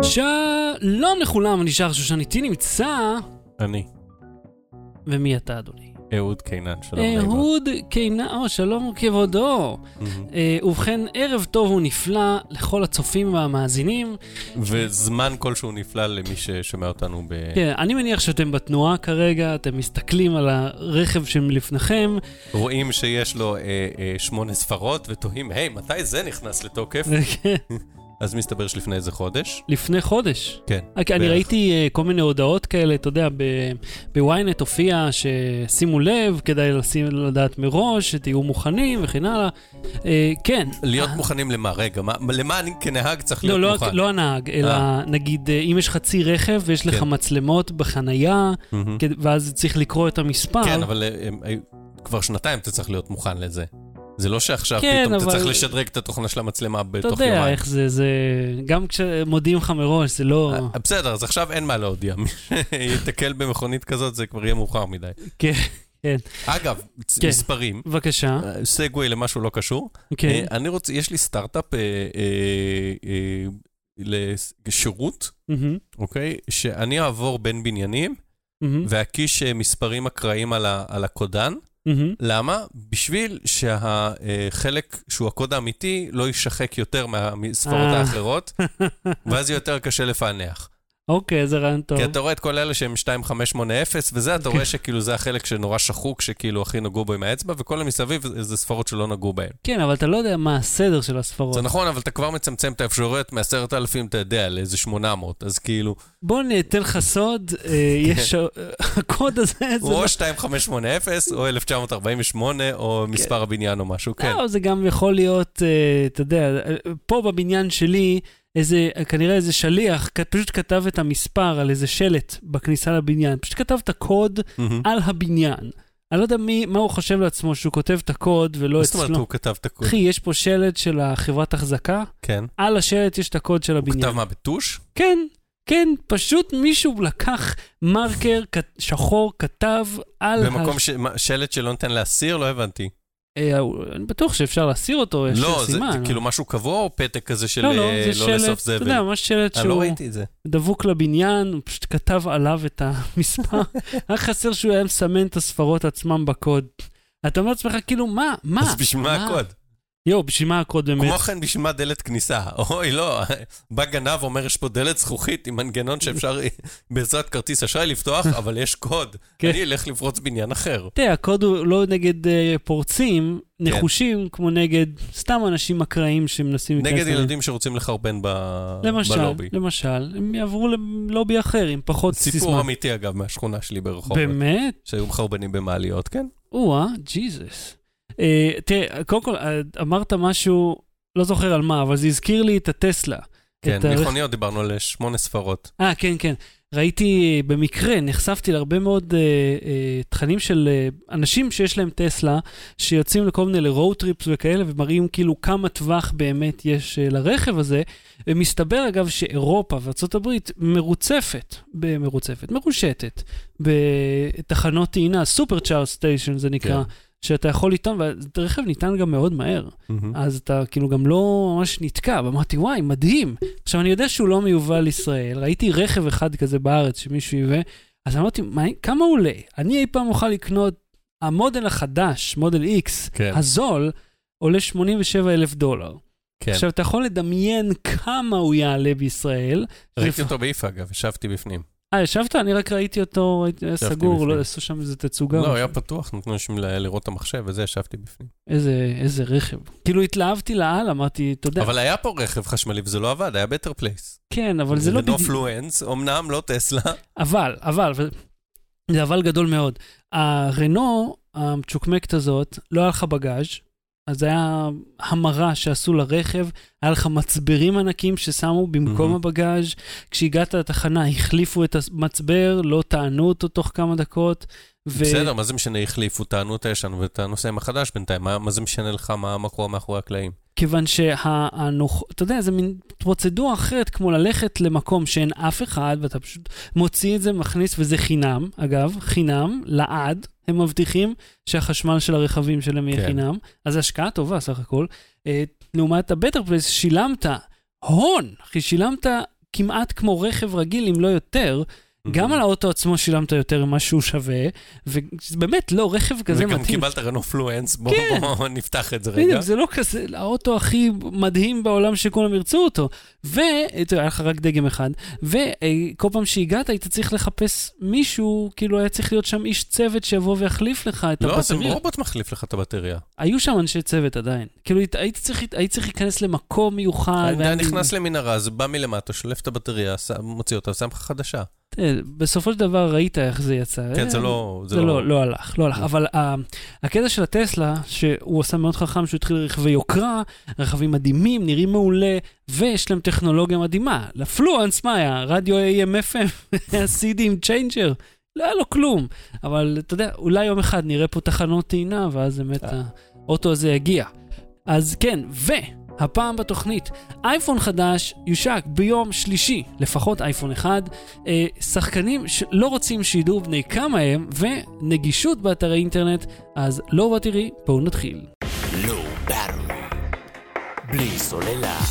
שלום לכולם, אני שר שושן, איתי נמצא... אני. ומי אתה, אדוני? אהוד קינן, שלום נעימה. אהוד קינן, שלום כבודו. ובכן, ערב טוב ונפלא לכל הצופים והמאזינים. וזמן כלשהו נפלא למי ששומע אותנו כן, אני מניח שאתם בתנועה כרגע, אתם מסתכלים על הרכב שמלפניכם. רואים שיש לו 8 ספרות ותוהים, היי, מתי זה נכנס לתוקף? כן. אז מסתבר שלפני איזה חודש. לפני חודש? כן. אני ראיתי כל מיני הודעות כאלה, אתה יודע, בוויינט הופיע ששימו לב, כדאי לדעת מראש, שתהיו מוכנים וכן הלאה. כן. להיות מוכנים למה? רגע, למה אני כנהג צריך להיות מוכן? לא הנהג, אלא נגיד, אם יש חצי רכב ויש לך מצלמות בחנייה, ואז צריך לקרוא את המספר. כן, אבל כבר שנתיים אתה צריך להיות מוכן לזה. זה לא שעכשיו פתאום אתה צריך לשדרג את התוכנה של המצלמה בתוך יומיים. אתה יודע איך זה, גם כשמודיעים לך מראש, זה לא... בסדר, אז עכשיו אין מה להודיע. מי שיתקל במכונית כזאת, זה כבר יהיה מאוחר מדי. כן, כן. אגב, מספרים. בבקשה. סגווי למשהו לא קשור. אני רוצה, יש לי סטארט-אפ לשירות, אוקיי? שאני אעבור בין בניינים, והקיש מספרים אקראיים על הקודן. למה? בשביל שהחלק שהוא הקוד האמיתי לא יישחק יותר מהספרות האחרות, ואז יותר קשה לפענח. אוקיי, זה רעיון טוב. כי אתה רואה את כל אלה שהם 2580, וזה אתה רואה שכאילו זה החלק שנורא שחוק, שכאילו הכי נגעו בו עם האצבע, וכל המסביב זה ספרות שלא נגעו בהם. כן, אבל אתה לא יודע מה הסדר של הספרות. זה נכון, אבל אתה כבר מצמצם את האפשרויות מ10,000, אתה יודע, לאיזה 800, אז כאילו... בוא ניתן לך סוד, יש... הקוד הזה... הוא או 2580, או 1948, או מספר הבניין או משהו, כן. לא, זה גם יכול להיות, אתה יודע, פה בבניין שלי, כנראה איזה שליח, פשוט כתב את המספר על איזה שלט בכניסה לבניין, פשוט כתב את הקוד על הבניין. אני לא יודע מה הוא חושב לעצמו, שהוא כותב את הקוד ולא אצלו. זאת אומרת, הוא כתב את הקוד. אחי, יש פה שלט של החברת החזקה, כן. על השלט יש את הקוד של הבניין. הוא כתב מה, בטוש? כן, כן, פשוט מישהו לקח מרקר שחור, כתב על... במקום שלט שלא נותן להסיר, לא הבנתי. אני בטוח שאפשר להסיר אותו, יש לא, סימן. זה כאילו משהו קבוע או פתק כזה של לא לאסוף זבל? אתה יודע, ממש שלט שהוא... לא ראיתי את זה. דבוק לבניין, הוא פשוט כתב עליו את המספר. רק חסר שהוא היה מסמן את הספרות עצמם בקוד. אתה אומר לעצמך, כאילו, מה? אז בשביל מה הקוד? בשביל מה הקוד באמת? כמו כן, בשביל מה דלת כניסה? אוי, לא, בא גנב אומר, יש פה דלת זכוכית עם מנגנון שאפשר בעזרת כרטיס אשראי לפתוח, אבל יש קוד. אני אלך לפרוץ בניין אחר. תראה, הקוד הוא לא נגד פורצים, נחושים, כמו נגד סתם אנשים אקראיים שמנסים... נגד ילדים שרוצים לחרבן בלובי. למשל, הם יעברו ללובי אחר, עם פחות סיסמה. סיפור אמיתי, אגב, מהשכונה שלי ברחוב. באמת? שהיו מחרבנים במעליות, כן? ג'יזוס. תראה, קודם כל, אמרת משהו, לא זוכר על מה, אבל זה הזכיר לי את הטסלה. כן, מכוניות דיברנו על 8 ספרות. כן, כן. ראיתי במקרה, נחשפתי להרבה מאוד תכנים של אנשים שיש להם טסלה, שיוצאים לכל מיני לרואוד טריפס וכאלה, ומראים כאילו כמה טווח באמת יש לרכב הזה. ומסתבר אגב שאירופה וארצות הברית מרושטת, בתחנות טעינה, סופר צ'ארג' סטיישן זה נקרא, שאתה יכול לטעון, והרכב ניתן גם מאוד מהר. אז אתה כאילו גם לא ממש נתקע, ואמרתי, וואי, מדהים. עכשיו, אני יודע שהוא לא מיובל לישראל, ראיתי רכב אחד כזה בארץ שמישהו יבא, אז אמרתי, כמה הוא עולה? אני אי פעם אוכל לקנות, המודל החדש, מודל X, הזול, עולה $87,000. עכשיו, אתה יכול לדמיין כמה הוא יעלה בישראל. ראיתי אותו באיפה, אגב, ישבתי בפנים. ישבת? אני רק ראיתי אותו סגור, לא עשו שם איזה תצוגה. לא, היה פתוח, נתנו שם לראות את המחשב, וזה ישבתי בפנים. איזה רכב. כאילו התלהבתי לעל, אמרתי, תודה. אבל היה פה רכב חשמלי, וזה לא עבד, היה בטר פלייס. כן, אבל זה לא... ו-No Fluence, אמנם לא טסלה. אבל, זה אבל גדול מאוד. הרנו, המצ'וקמקת הזאת, לא היה לך בגאז', אז היה המרה שעשו לרכב, היה לך מצברים ענקים ששמו במקום הבגאז', כשהגעת לתחנה, החליפו את המצבר, לא טענו אותו תוך כמה דקות. בסדר, מה זה משנה, החליפו, טענו את הישן, ואתה נוסע מחדש בינתיים, מה זה משנה לך, מה קורה מאחורי הקלעים? כיוון אתה יודע, זה מין פרוצדורה אחרת, כמו ללכת למקום שאין אף אחד, ואתה פשוט מוציא את זה, מכניס, וזה חינם, אגב, חינם, לעד, הם מבטיחים שהחשמל של הרכבים שלהם יהיה חינם, אז השקעה טובה סך הכל, לעומת הבטר פלייס, שילמת הון, אחי, שילמת כמעט כמו רכב רגיל, אם לא יותר, גם על האוטו עצמו שילמת יותר ממה שהוא שווה, ובאמת לא, רכב כזה מתאים. וגם קיבלת רנו פלואנס, בואו נפתח את זה רגע. זה לא כזה, האוטו הכי מדהים בעולם שכולם ירצו אותו. היה לך רק דגם אחד, וכל פעם שהגעת היית צריך לחפש מישהו, כאילו היה צריך להיות שם איש צוות שיבוא ויחליף לך את הבטריה. לא, זה רובוט מחליף לך את הבטריה. היו שם אנשי צוות עדיין. כאילו היית צריך להיכנס למקום מיוחד. אתה נכנס למנהרה, זה בא מלמטה, שולף את הבטריה, מוציא אותה, שם לך חדשה. בסופו של דבר ראית איך זה יצא. כן, זה לא הלך. אבל הקטע של הטסלה, שהוא עושה מאוד חכם, שהוא התחיל רכבי יוקרה, רכבים מדהימים, נראים מעולה, ויש להם טכנולוגיה מדהימה. לפלואנס, מה היה? רדיו AM/FM, CD עם צ'יינג'ר. לא היה לו כלום. אבל אתה יודע, אולי יום אחד נראה פה תחנות טעינה, ואז באמת האוטו הזה יגיע. אז כן, הפעם בתוכנית, אייפון חדש יושק ביום שלישי, לפחות אייפון 1, שחקנים שלא רוצים שידעו בני כמה הם, ונגישות באתרי אינטרנט, אז לא בתראי, בואו נתחיל. לא ברור, בלי סוללה.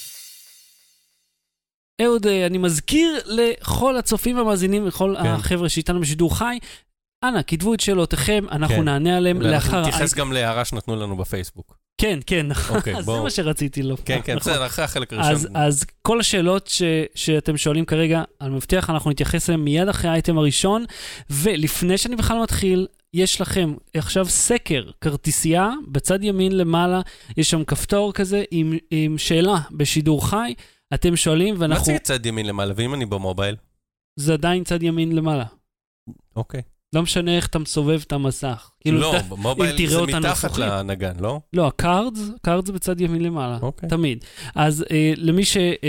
אהוד, אני מזכיר לכל הצופים המאזינים, לכל החבר'ה שאיתנו בשידור חי, אנא, כתבו את שאלותיכם, אנחנו נענה עליהם לאחר... נתייחס גם להערה שנתנו לנו בפייסבוק. כן, נכון. זה מה שרציתי לו. כן, בסדר, אחרי החלק הראשון. אז כל השאלות שאתם שואלים כרגע, על מבטיח, אנחנו נתייחס אליהם מיד אחרי האייטם הראשון, ולפני שאני בכלל מתחיל, יש לכם עכשיו סקר, כרטיסייה, בצד ימין למעלה, יש שם כפתור כזה עם שאלה בשידור חי, אתם שואלים ואנחנו... מה זה צד ימין למעלה? ואם אני במובייל? זה עדיין צד ימין למעלה. אוקיי. לא משנה איך אתה מסובב את המסך. לא, במובייל זה מתחת לנגן, לא? לא, הקארד זה בצד ימין למעלה, תמיד. אז למי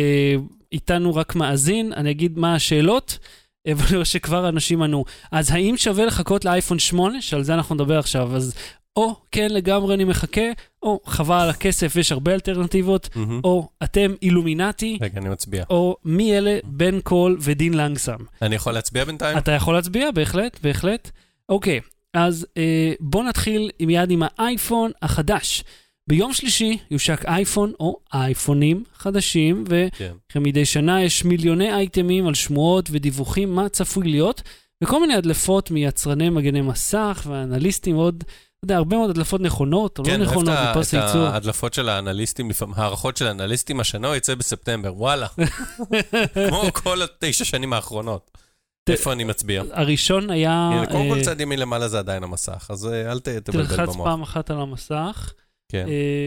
שאיתנו רק מאזין, אני אגיד מה השאלות, אבל שכבר אנשים ענו. אז האם שווה לחכות לאייפון 8, שעל זה אנחנו נדבר עכשיו, אז או כן לגמרי אני מחכה, או חבל על הכסף, יש הרבה אלטרנטיבות, או אתם אילומינטי, רגע, אני מצביע. או מי אלה בן קול ודין לנגסם. אני יכול להצביע בינתיים? אתה יכול להצביע, בהחלט. אוקיי, אז בוא נתחיל מיד עם האייפון החדש. ביום שלישי יושק אייפון או אייפונים חדשים, ומדי שנה יש מיליוני אייטמים על שמועות ודיווחים מה צפוי להיות, וכל מיני הדלפות מיצרני מגני מסך ואנליסטים עוד, הרבה מאוד הדלפות נכונות, או לא נכונות, מפס הייצור. כן, ההדלפות של האנליסטים, הערכות של האנליסטים, השנה יצא בספטמבר, וואלה. כמו כל 9 שנים האחרונות. איפה אני מצביע? הראשון היה... קודם כל צד ימין למעלה זה עדיין המסך, אז אל תבלבל במוח. תלחץ פעם אחת על המסך. כן.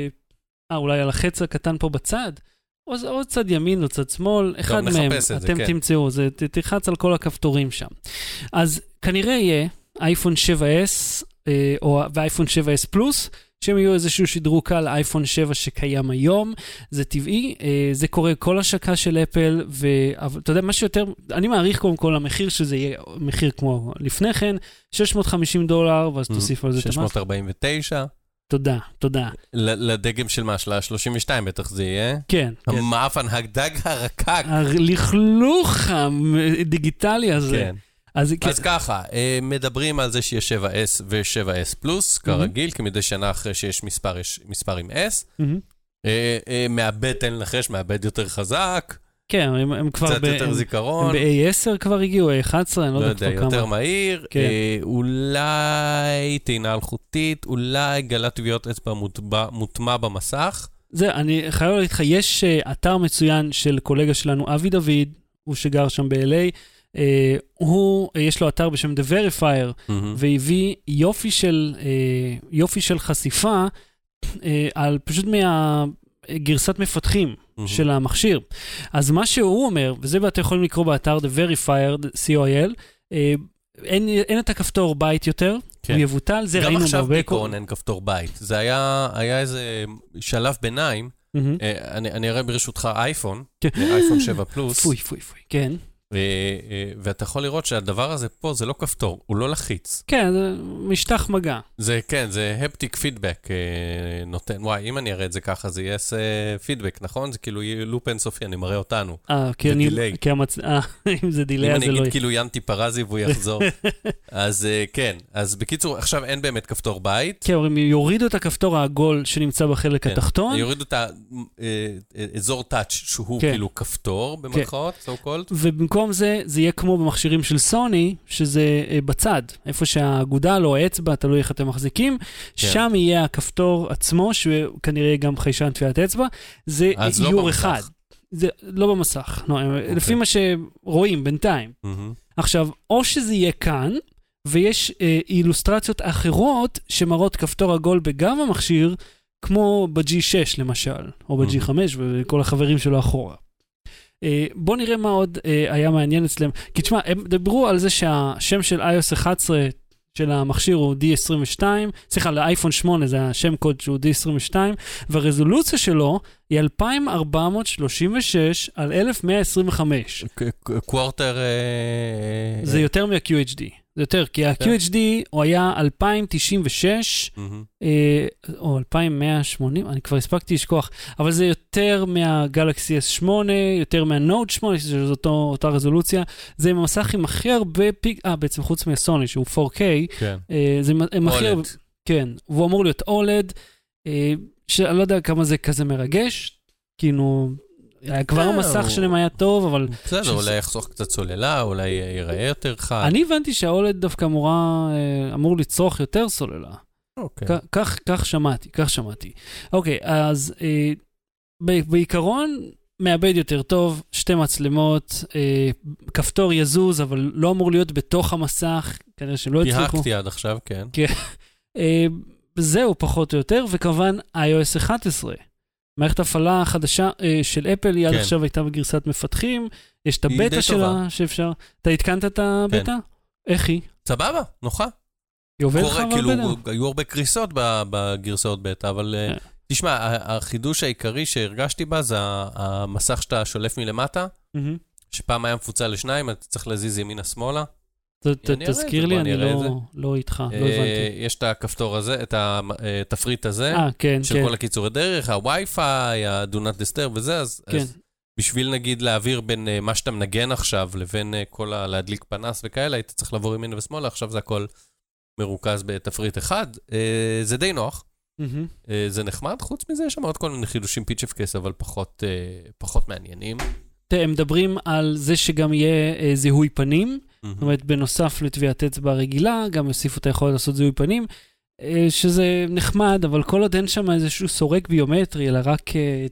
אולי על החץ הקטן פה בצד. או צד ימין או צד שמאל, אחד מהם, אתם תמצאו, תלחץ על כל הכפתורים שם. אז כנראה יהיה אייפון 7S, ואייפון 7S פלוס, שהם יהיו איזשהו שדרוג קל לאייפון 7 שקיים היום, זה טבעי, זה קורה כל השקה של אפל, ואתה יודע, מה שיותר, אני מעריך קודם כל המחיר שזה יהיה מחיר כמו לפני כן, $650, ואז תוסיף על זה את המס. 649. תודה. לדגם של מה? של ה-32 בטח זה יהיה? כן. המאפן, הדג הרקק. הלכלוך הדיגיטלי הזה. כן. אז ככה, מדברים על זה שיש 7S ו-7S פלוס, כרגיל, כי מדי שנה אחרי שיש מספר עם S. מאבד, תן לנחש, מאבד יותר חזק. כן, הם כבר... קצת יותר זיכרון. הם ב-A10 כבר הגיעו, A11, אני לא יודע כבר כמה. יותר מהיר. אולי טעינה אלחוטית, אולי גלת טביעות אצבע מוטמע במסך. זה, אני חייב להגיד לך, יש אתר מצוין של קולגה שלנו, אבי דוד, הוא שגר שם ב-LA, יש לו אתר בשם The Verifier, והביא יופי של חשיפה על פשוט מהגרסת מפתחים של המכשיר. אז מה שהוא אומר, וזה ואתם יכולים לקרוא באתר The Verifier, COIL, אין את הכפתור בית יותר, הוא יבוטל, זה ראינו גם עכשיו בעיקרון אין כפתור בית. זה היה איזה שלב ביניים, אני אראה ברשותך אייפון 7 פלוס. פוי, כן. ואתה יכול לראות שהדבר הזה פה זה לא כפתור, הוא לא לחיץ. כן, זה משטח מגע. כן, זה הפטיק פידבק נותן. וואי, אם אני אראה את זה ככה, זה יהיה פידבק, נכון? זה כאילו יהיה לופ אינסופי, אני מראה אותנו. דילי. אם זה דילי, אז זה לא... אם אני אגיד כאילו ינטי פרזי והוא יחזור. אז כן, אז בקיצור, עכשיו אין באמת כפתור בית. כן, הם יורידו את הכפתור העגול שנמצא בחלק התחתון. יורידו את האזור טאץ' שהוא כאילו כפתור, במרכאות, so called. ובמקום זה, זה יהיה כמו במכשירים של סוני, שזה בצד, איפה שהאגודל או האצבע, תלוי איך אתם מחזיקים, שם יהיה הכפתור עצמו, שכנראה גם חיישן טביעת אצבע, זה איור אחד. זה לא במסך, לפי מה שרואים בינתיים. עכשיו, או שזה יהיה כאן, ויש אילוסטרציות אחרות שמראות כפתור עגול בגב המכשיר, כמו ב-G6 למשל, או ב-G5 וכל החברים שלו אחורה. בוא נראה מה עוד היה מעניין אצלם. כי תשמע, הם דברו על זה שהשם של iOS 11 של המכשיר הוא D22, סליחה, לאייפון 8 זה השם קוד שהוא D22, והרזולוציה שלו היא 2436 על 1125. קוורטר... זה יותר מה-QHD. זה יותר, כי ה-QHD הוא היה 2096, או 2180, אני כבר הספקתי לשכוח, אבל זה יותר מה-Galaxy S8, יותר מה-Note 8, שזאת אותה רזולוציה, זה עם המסך עם הכי הרבה בעצם חוץ מהסוני, שהוא 4K, זה עם הכי הרבה, כן, והוא אמור להיות OLED, שאני לא יודע כמה זה כזה מרגש, כאילו... כבר המסך שלהם היה טוב, אבל... בסדר, אולי יחסוך קצת סוללה, אולי ייראה יותר חד. אני הבנתי שהאולד דווקא אמור לצרוך יותר סוללה. כך שמעתי. אוקיי, אז בעיקרון, מאבד יותר טוב, 2 מצלמות, כפתור יזוז, אבל לא אמור להיות בתוך המסך, כנראה שלא הצליחו. פיהקתי עד עכשיו, כן. זהו פחות או יותר, וכמובן iOS 11. מערכת הפעלה חדשה של אפל, היא עד עכשיו הייתה בגרסת מפתחים, יש את הבטא שלה שאפשר. אתה התקנת את הבטא? איך היא? סבבה, נוחה. היא עובד לך בבטא? היו הרבה קריסות בגרסאות בטא, אבל תשמע, החידוש העיקרי שהרגשתי בה זה המסך שאתה שולף מלמטה, שפעם היה מפוצל לשניים, אתה צריך להזיז ימינה-שמאלה. תזכיר לי, אני לא איתך, לא הבנתי. יש את הכפתור הזה, את התפריט הזה, של כל הקיצורי דרך, הווי-פיי, ה-do not disturb וזה, אז בשביל נגיד להעביר בין מה שאתה מנגן עכשיו, לבין כל להדליק פנס וכאלה, היית צריך לעבור ימינה ושמאלה, עכשיו זה הכל מרוכז בתפריט אחד. זה די נוח, זה נחמד, חוץ מזה יש שם עוד כל מיני חידושים פיצ'ף קייס, אבל פחות מעניינים. הם מדברים על זה שגם יהיה זיהוי פנים, זאת אומרת, בנוסף לטביעת אצבע רגילה, גם יוסיפו את היכולת לעשות זיהוי פנים, שזה נחמד, אבל כל עוד אין שם איזשהו סורק ביומטרי, אלא רק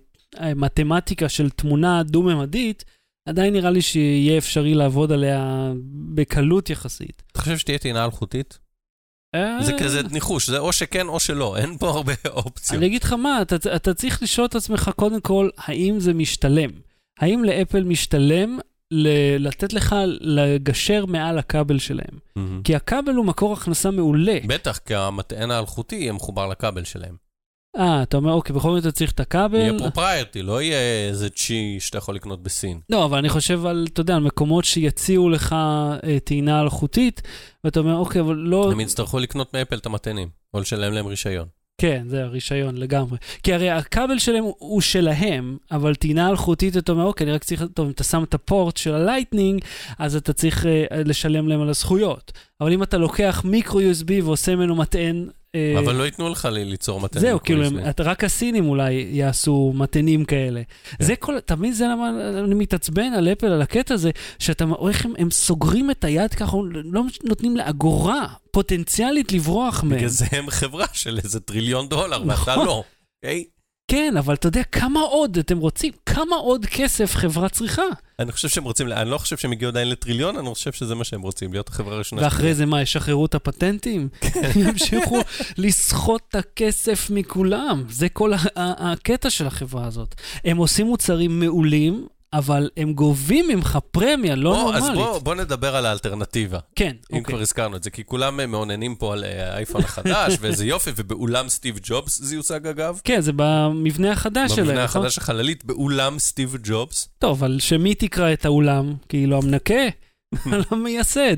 מתמטיקה של תמונה דו-ממדית, עדיין נראה לי שיהיה אפשרי לעבוד עליה בקלות יחסית. אתה חושב שתהיה טעינה אלחוטית? זה כזה ניחוש, זה או שכן או שלא, אין פה הרבה אופציות. אני אגיד לך מה, אתה צריך לשאול את עצמך קודם כל, האם זה משתלם? האם לאפל משתלם לתת לך לגשר מעל הכבל שלהם? כי הכבל הוא מקור הכנסה מעולה. בטח, כי המטען האלחוטי יהיה מחובר לכבל שלהם. אתה אומר, אוקיי, בכל זאת אתה צריך את הכבל. יהיה פרופרייטי, לא יהיה איזה צ'י שאתה יכול לקנות בסין. לא, אבל אני חושב על, אתה יודע, על מקומות שיציעו לך טעינה אלחוטית, ואתה אומר, אוקיי, אבל לא... הם יצטרכו לקנות מאפל את המטענים, או לשלם להם רישיון. כן, זה הרישיון לגמרי. כי הרי הכבל שלהם הוא שלהם, אבל טעינה אלחוטית, אתה אומר, אוקיי, אני רק צריך, טוב, אם אתה שם את הפורט של הלייטנינג, אז אתה צריך לשלם להם על הזכויות. אבל אם אתה לוקח מיקרו USB ועושה ממנו מטען... אבל לא ייתנו לך ליצור מטענים. זהו, כאילו, רק הסינים אולי יעשו מטענים כאלה. זה כל, תמיד זה למה אני מתעצבן על אפל, על הקטע הזה, שאתה רואה הם סוגרים את היד ככה, לא נותנים לאגורה פוטנציאלית לברוח מהם. בגלל זה הם חברה של איזה $1 טריליון, ואתה לא. כן, אבל אתה יודע כמה עוד אתם רוצים, כמה עוד כסף חברה צריכה. אני חושב שהם רוצים, אני לא חושב שהם הגיעו עדיין לטריליון, אני חושב שזה מה שהם רוצים, להיות החברה הראשונה. ואחרי זה מה, ישחררו את הפטנטים? ימשיכו לסחוט את הכסף מכולם. זה כל הקטע של החברה הזאת. הם עושים מוצרים מעולים, אבל הם גובים ממך פרמיה לא נורמלית. אז בוא נדבר על האלטרנטיבה. כן, אם כבר הזכרנו את זה, כי כולם מעוננים פה על האייפון החדש, וזה יופי, ובאולם סטיב ג'ובס זה יוצג אגב. כן, זה במבנה החדש שלהם. במבנה החדש החללית, באולם סטיב ג'ובס. טוב, אבל שמי תקרא את האולם? כאילו המנקה, לא מייסד.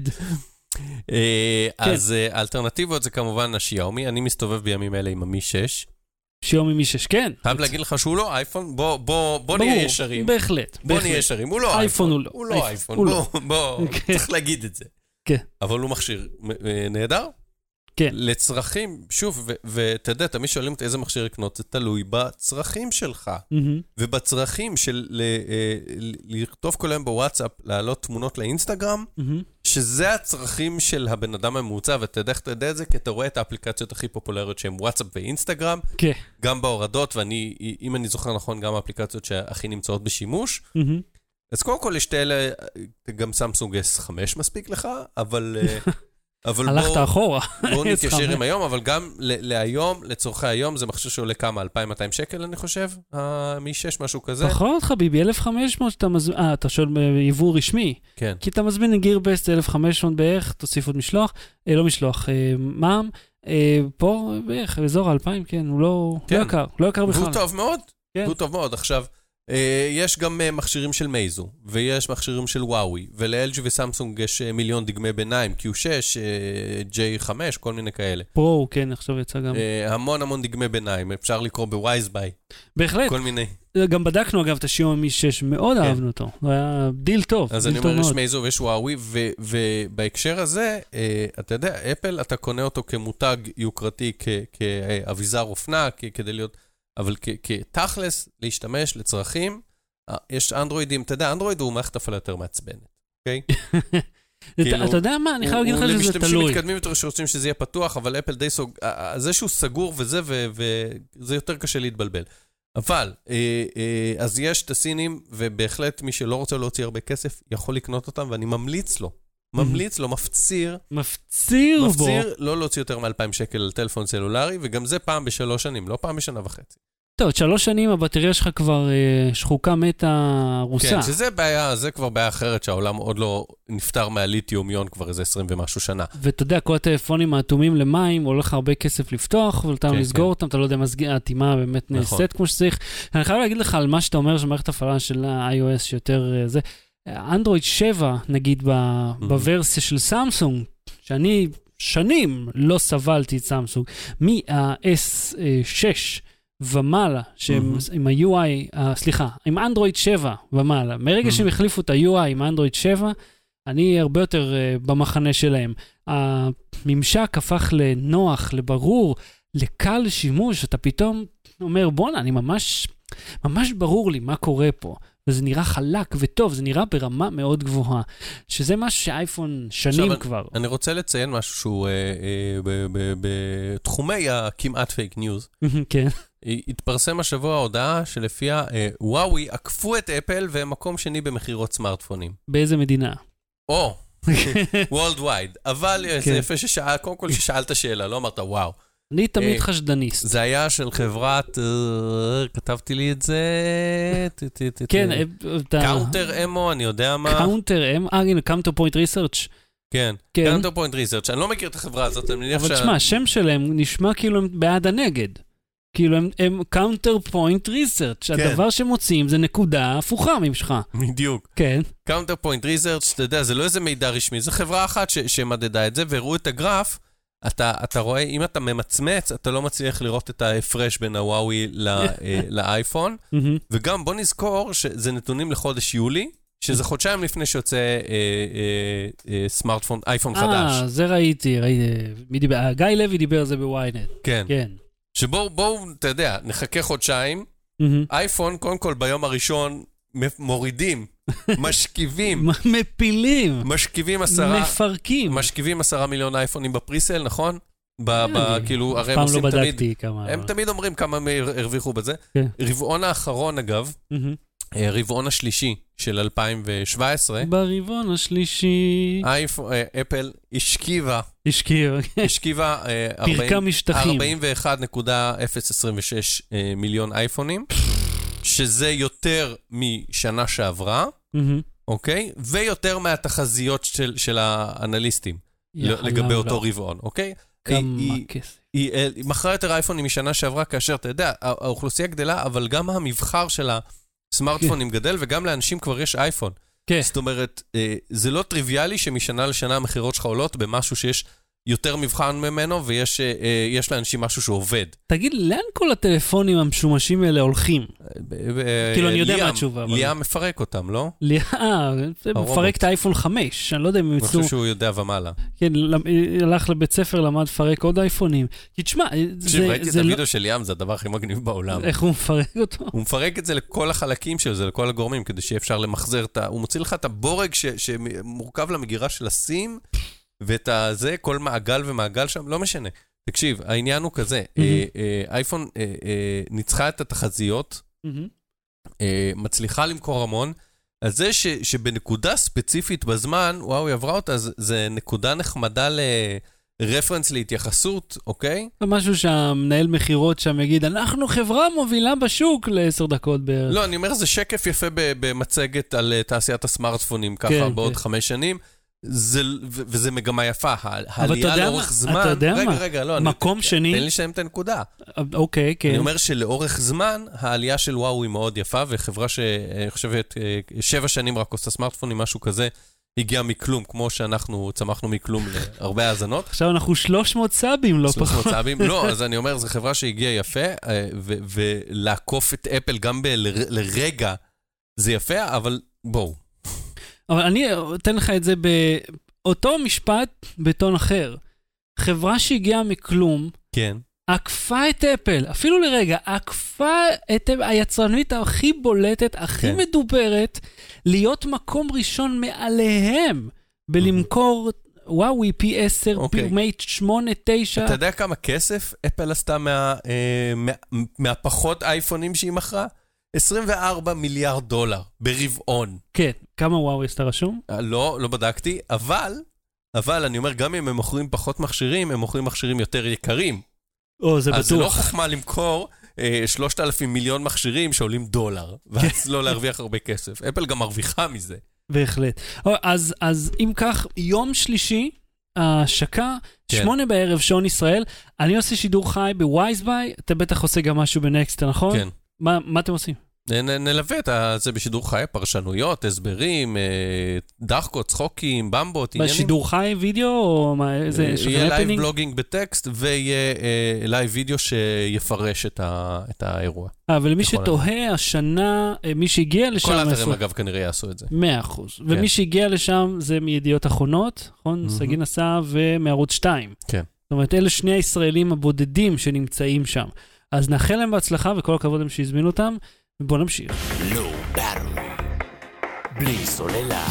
אז האלטרנטיבות זה כמובן השיאומי, אני מסתובב בימים אלה עם המי 6. שיאומי מי 6, כן. חייב להגיד לך שהוא לא אייפון, בוא נהיה ישרים. בהחלט. בוא נהיה ישרים, הוא לא אייפון. הוא לא אייפון, בוא, צריך להגיד את זה. כן. אבל הוא מכשיר נהדר. כן. לצרכים, שוב, ואתה יודע, תמיד שואלים אותי איזה מכשיר לקנות, זה תלוי בצרכים שלך. ובצרכים של לכתוב כל היום בוואטסאפ, להעלות תמונות לאינסטגרם, שזה הצרכים של הבן אדם הממוצע, ואתה יודע איך אתה יודע את זה, כי אתה רואה את האפליקציות הכי פופולריות שהן וואטסאפ ואינסטגרם, גם בהורדות, ואם אני זוכר נכון, גם האפליקציות שהכי נמצאות בשימוש. אז קודם כל, יש תאלה, גם סמסונג S5 מספיק לך, אבל הלכת אחורה. בואו נתיישר עם היום, אבל גם להיום, לצורכי היום, זה מכשיר שעולה כמה? 2,200 שקל, אני חושב? מ-6, משהו כזה? פחות חביבי, 1,500 שאתה מזמין, אתה שואל ביבוא רשמי. כן. כי אתה מזמין גירבסט 1,500 בערך, תוסיף עוד משלוח, לא משלוח, מע"מ, פה בערך, באזור 2,000, כן, הוא לא יקר, לא יקר בכלל. והוא טוב מאוד, הוא טוב מאוד. עכשיו, יש גם מכשירים של מייזו, ויש מכשירים של וואוי, ול-LG וסמסונג יש מיליון דגמי ביניים, Q6, J5, כל מיני כאלה. פרו, כן, עכשיו יצא גם. המון דגמי ביניים, אפשר לקרוא בווייזביי. בהחלט. כל מיני. גם בדקנו אגב את השיאומי 6, מאוד אהבנו אותו. זה היה דיל טוב. אז אני אומר, יש מייזו ויש וואוי, ובהקשר הזה, אתה יודע, אפל, אתה קונה אותו כמותג יוקרתי, כאביזר אופנה, כדי להיות... אבל כתכלס, להשתמש לצרכים, יש אנדרואידים, אתה יודע, אנדרואיד הוא מערכת הפעלה יותר מעצבנת, אוקיי? אתה יודע מה? אני חייב להגיד לך שזה תלוי. למשתמשים מתקדמים יותר שרוצים שזה יהיה פתוח, אבל אפל די סוג... זה שהוא סגור וזה, וזה יותר קשה להתבלבל. אבל, אז יש את הסינים, ובהחלט מי שלא רוצה להוציא הרבה כסף, יכול לקנות אותם, ואני ממליץ לו. מפציר בו. לא להוציא יותר מ-2,000 שקל על טלפון סלולרי, וגם זה פעם ב3 שנים, לא פעם בשנה וחצי. טוב, 3 שנים הבטריה שלך כבר שחוקה מתה רוסה. כן, שזה בעיה, זה כבר בעיה אחרת, שהעולם עוד לא נפטר מהליתיום יון כבר איזה 20 ומשהו שנה. ואתה יודע, כל הטלפונים האטומים למים, הולך הרבה כסף לפתוח, ואתה לסגור אותם, אתה לא יודע, האטימה באמת נעשית כמו שצריך. אני חייב להגיד לך על מה שאתה אומר, שמערכת הפעלה של ה-iOS שיותר זה, אנדרואיד 7, נגיד, בוורסיה של סמסונג, שאני שנים לא סבלתי את סמסונג, מה-S6 ומעלה, עם ה-UI, סליחה, עם אנדרואיד 7 ומעלה, מרגע שהם החליפו את ה-UI עם אנדרואיד 7, אני הרבה יותר במחנה שלהם. הממשק הפך לנוח, לברור, לקל שימוש, אתה פתאום אומר, בונה, אני ממש ברור לי מה קורה פה. וזה נראה חלק וטוב, זה נראה ברמה מאוד גבוהה, שזה משהו שאייפון שנים עכשיו, כבר. אני רוצה לציין משהו שהוא בתחומי הכמעט פייק ניוז. כן. התפרסם השבוע ההודעה שלפיה וואוי עקפו את אפל ומקום שני במחירות סמארטפונים. באיזה מדינה? worldwide. אבל זה יפה קודם כל ששאלת שאלה, לא אמרת וואו. אני תמיד חשדניסט. זה היה של חברת, כתבתי לי את זה, כן, קאונטר אמו, אני יודע מה. קאונטר אמו, הנה, קאונטר פוינט ריסרצ'. כן, קאונטר פוינט ריסרצ', אני לא מכיר את החברה הזאת, אני מניח אבל תשמע, השם שלהם נשמע כאילו הם בעד הנגד. כאילו הם קאונטר פוינט ריסרצ', הדבר שמוצאים זה נקודה הפוכה ממך. בדיוק. כן. קאונטר פוינט ריסרצ', אתה יודע, זה לא איזה מידע רשמי, זה חברה אחת שמדדה את זה, והראו את הגרף, אתה רואה, אם אתה ממצמץ, אתה לא מצליח לראות את ההפרש בין הוואוי לאייפון, וגם בוא נזכור שזה נתונים לחודש יולי, שזה חודשיים לפני שיוצא סמארטפון, אייפון חדש. זה ראיתי, גיא לוי דיבר על זה בוויינט. כן. שבואו, אתה יודע, נחכה חודשיים, אייפון, קודם כל ביום הראשון, מורידים, משכיבים, מפילים, משכיבים 10 מיליון אייפונים בפריסל, נכון? כאילו, הרי פעם לא בדקתי כמה. הם תמיד אומרים כמה הם הרוויחו בזה. רבעון האחרון, אגב, רבעון השלישי של 2017. ברבעון השלישי. אפל השכיבה פרקה משטחים. 41.026 מיליון אייפונים. שזה יותר משנה שעברה, אוקיי? ויותר מהתחזיות של האנליסטים, לגבי אותו רבעון, אוקיי? כמה כסף. היא מכרה יותר אייפונים משנה שעברה, כאשר, אתה יודע, האוכלוסייה גדלה, אבל גם המבחר של הסמארטפונים גדל, וגם לאנשים כבר יש אייפון. זאת אומרת, זה לא טריוויאלי שמשנה לשנה המחירות שלך עולות במשהו שיש יותר מבחן ממנו, ויש לאנשים משהו שעובד. תגיד, לאן כל הטלפונים המשומשים האלה הולכים? כאילו, אני יודע מה התשובה. ליאם מפרק אותם, לא? מפרק את האייפון 5, אני לא יודע אם יצאו... אני חושב שהוא יודע ומעלה. כן, הלך לבית ספר, למד לפרק עוד אייפונים. כי תשמע, ראיתי את הוידאו של ליאם, זה הדבר הכי מגניב בעולם. איך הוא מפרק אותו? הוא מפרק את זה לכל החלקים של זה, לכל הגורמים, כדי שיהיה אפשר למחזר את ה... הוא מוציא לך את הבורג שמורכב למגירה של הסים, ואת זה, כל מעגל ומעגל שם, לא משנה. תקשיב, העניין הוא כזה, אייפון ניצחה את התחזיות, מצליחה למכור המון, אז זה שבנקודה ספציפית בזמן, וואו, היא עברה אותה, זה נקודה נחמדה לרפרנס להתייחסות, אוקיי? משהו שהמנהל מחירות שם יגיד, אנחנו חברה מובילה בשוק ל10 דקות בערך. לא, אני אומר, זה שקף יפה במצגת על תעשיית הסמארטפונים, ככה בעוד 5 שנים, וזה מגמה יפה, העלייה לאורך זמן, אתה יודע מה? רגע, לא, מקום שני, תן לי שם את הנקודה. אוקיי, כן. אני אומר שלאורך זמן, העלייה של וואו היא מאוד יפה, וחברה שאני חושבת 7 שנים רק עושה סמארטפונים, משהו כזה, הגיע מכלום, כמו שאנחנו צמחנו מכלום להרבה האזנות. עכשיו אנחנו 300 סאבים, לא פחות. 300 סאבים, לא, אז אני אומר, זו חברה שהגיעה יפה, ולעקוף את אפל גם לרגע, זה יפה, אבל בואו. אבל אני אתן לך את זה באותו משפט בטון אחר. חברה שהגיעה מכלום, כן. עקפה את אפל, אפילו לרגע, עקפה את היצרנית הכי בולטת, הכי מדוברת, להיות מקום ראשון מעליהם, בלמכור וואוי פי 10, פי מייט 8, 9. אתה יודע כמה כסף אפל עשתה מהפחות אייפונים שהיא מכרה? $24 מיליארד ברבעון. כן, כמה וואוי עשתה רשום? לא בדקתי, אבל אני אומר, גם אם הם מוכרים פחות מכשירים, הם מוכרים מכשירים יותר יקרים. זה בטוח. אז זה לא חוכמה למכור 3,000 מיליון מכשירים שעולים $, ואז לא להרוויח הרבה כסף. אפל גם מרוויחה מזה. בהחלט. אז אם כך, יום שלישי, השקה, 8 בערב, שעון ישראל, אני עושה שידור חי בווייזביי, אתה בטח עושה גם משהו בנקסט, נכון? כן. מה אתם עושים? נלווה את זה בשידור חי, פרשנויות, הסברים, דחקות, צחוקים, במבות, עניינים. בשידור חי וידאו או מה? יהיה לייב בלוגינג בטקסט, ויהיה לייב וידאו שיפרש את האירוע. ולמי שתוהה, השנה, מי שהגיע לשם... כל האתרים אגב כנראה יעשו את זה. 100%. ומי שהגיע לשם זה מידיעות אחרונות, נכון? סגי נסע ומערוץ 2. כן. זאת אומרת, אלה שני הישראלים הבודדים שנמצאים שם. אז נאחל להם בהצלחה, וכל הכבוד הם שהזמינו אותם, ובואו נמשיך. בלי סוללה.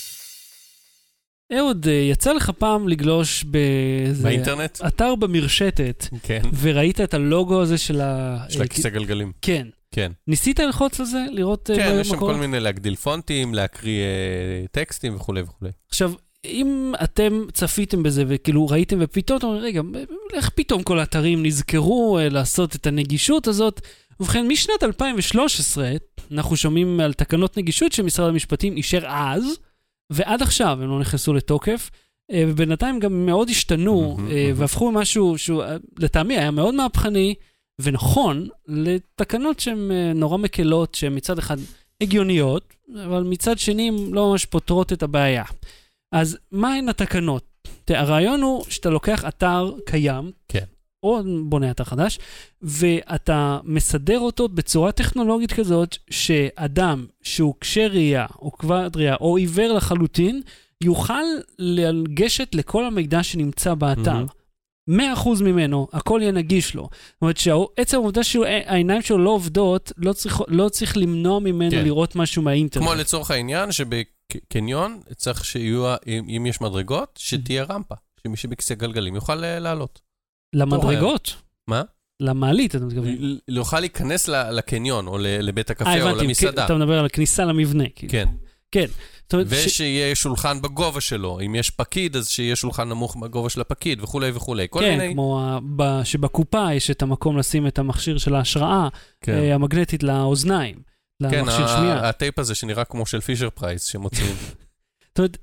אהוד, יצא לך פעם לגלוש באינטרנט? אתר במרשתת, כן. וראית את הלוגו הזה של הכיסא גלגלים. כן. כן. ניסית ללחוץ על זה? לראות... כן, יש שם כל מיני להגדיל פונטים, להקריא טקסטים וכו' וכו'. עכשיו, אם אתם צפיתם בזה וכאילו ראיתם ופתאום, אתם אומרים, רגע, איך פתאום כל האתרים נזכרו לעשות את הנגישות הזאת? ובכן, משנת 2013, אנחנו שומעים על תקנות נגישות שמשרד המשפטים אישר אז, ועד עכשיו הם לא נכנסו לתוקף, ובינתיים גם מאוד השתנו, והפכו משהו שהוא, לטעמי, היה מאוד מהפכני, ונכון, לתקנות שהן נורא מקלות, שהן מצד אחד הגיוניות, אבל מצד שני לא ממש פותרות את הבעיה. אז מהן התקנות? הרעיון הוא שאתה לוקח אתר קיים, כן. או בונה אתר חדש, ואתה מסדר אותו בצורה טכנולוגית כזאת, שאדם שהוא קשה ראייה, או כבד ראייה, או עיוור לחלוטין, יוכל לגשת לכל המידע שנמצא באתר. 100% ממנו, הכל יהיה נגיש לו. זאת אומרת שעצם העובדה שהעיניים שלו לא עובדות, לא צריך למנוע ממנו לראות משהו מהאינטרנט. כמו לצורך העניין שבקניון צריך שיהיו, אם יש מדרגות, שתהיה רמפה, שמי שבכיסא גלגלים יוכל לעלות. למדרגות? מה? למעלית, אתה מתכוון? יוכל להיכנס לקניון, או לבית הקפה, או למסעדה. אתה מדבר על הכניסה למבנה. כן. כן. ושיהיה שולחן בגובה שלו. אם יש פקיד, אז שיהיה שולחן נמוך בגובה של הפקיד, וכו' וכו'. כן, כמו שבקופה יש את המקום לשים את המכשיר של ההשראה, המגנטית לאוזניים, למכשיר שמיעה. כן, הטייפ הזה שנראה כמו של פישר פרייס, שמוצאים. זאת אומרת,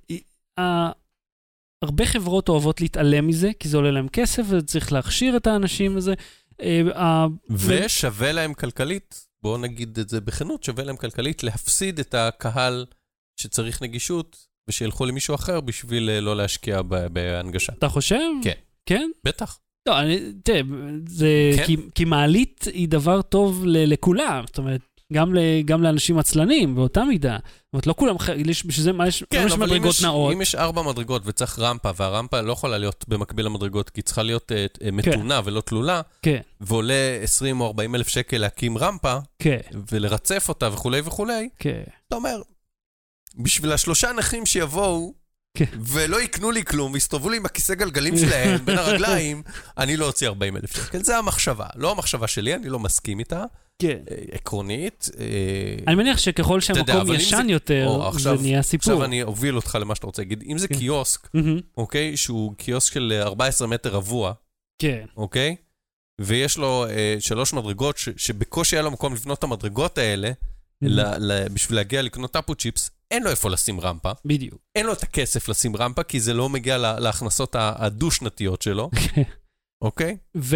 הרבה חברות אוהבות להתעלם מזה, כי זה עולה להם כסף, וצריך להכשיר את האנשים הזה. ושווה להם כלכלית, בואו נגיד את זה בכנות, שווה להם כלכלית להפסיד את הקהל שצריך נגישות, ושילכו למישהו אחר בשביל לא להשקיע בהנגשה. אתה חושב? כן. כן? בטח. לא, תראה, כי מעלית היא דבר טוב לכולם, זאת אומרת, גם לאנשים עצלנים, באותה מידה. זאת אומרת, לא כולם, בשביל זה יש מדרגות נאות. אם יש 4 מדרגות וצריך רמפה, והרמפה לא יכולה להיות במקביל למדרגות, כי צריכה להיות מתונה ולא תלולה, ועולה 20 או 40 אלף שקל להקים רמפה, ולרצף אותה וכו' וכו', אתה אומר, בשביל 3 נכים שיבואו, ולא יקנו לי כלום, והסתובבו לי עם הכיסא גלגלים שלהם, בין הרגליים, אני לא אוציא 40 אלף שקל. זה המחשבה. לא המחשבה שלי, אני לא מסכים איתה. עקרונית. אני מניח שככל שהמקום ישן יותר, זה נהיה סיפור. עכשיו אני אוביל אותך למה שאתה רוצה להגיד. אם זה קיוסק, אוקיי, שהוא קיוסק של 14 מטר רבוע, אוקיי, ויש לו 3 מדרגות, שבקושי היה לו מקום לבנות את המדרגות האלה, בשביל להגיע לקנות טאפו צ'יפס, אין לו איפה לשים רמפה. בדיוק. אין לו את הכסף לשים רמפה, כי זה לא מגיע להכנסות הדו-שנתיות שלו. אוקיי?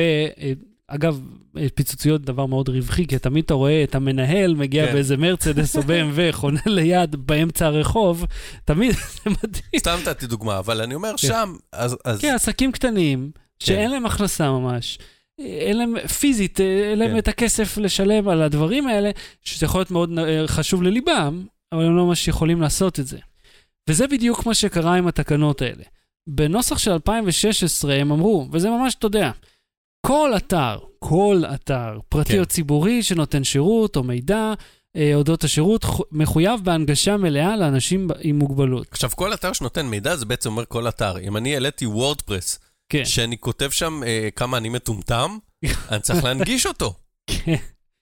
אגב, פיצוציות דבר מאוד רווחי, כי תמיד אתה רואה את המנהל מגיע באיזה מרצדס או BMW, חונה ליד באמצע הרחוב, תמיד זה מדהים. סתם נתתי דוגמה, אבל אני אומר שם, כן, עסקים קטנים, שאין להם הכנסה ממש, אין להם פיזית, אין להם את הכסף לשלם על הדברים האלה, שזה יכול להיות מאוד חשוב לליבם, אבל הם לא ממש יכולים לעשות את זה. וזה בדיוק מה שקרה עם התקנות האלה. בנוסח של 2016 הם אמרו, וזה ממש, אתה יודע, כל אתר, פרטי או ציבורי שנותן שירות או מידע, אודות השירות, מחויב בהנגשה מלאה לאנשים עם מוגבלות. עכשיו, כל אתר שנותן מידע, זה בעצם אומר כל אתר. אם אני העליתי וורדפרס, שאני כותב שם כמה אני מטומטם, אני צריך להנגיש אותו. כן,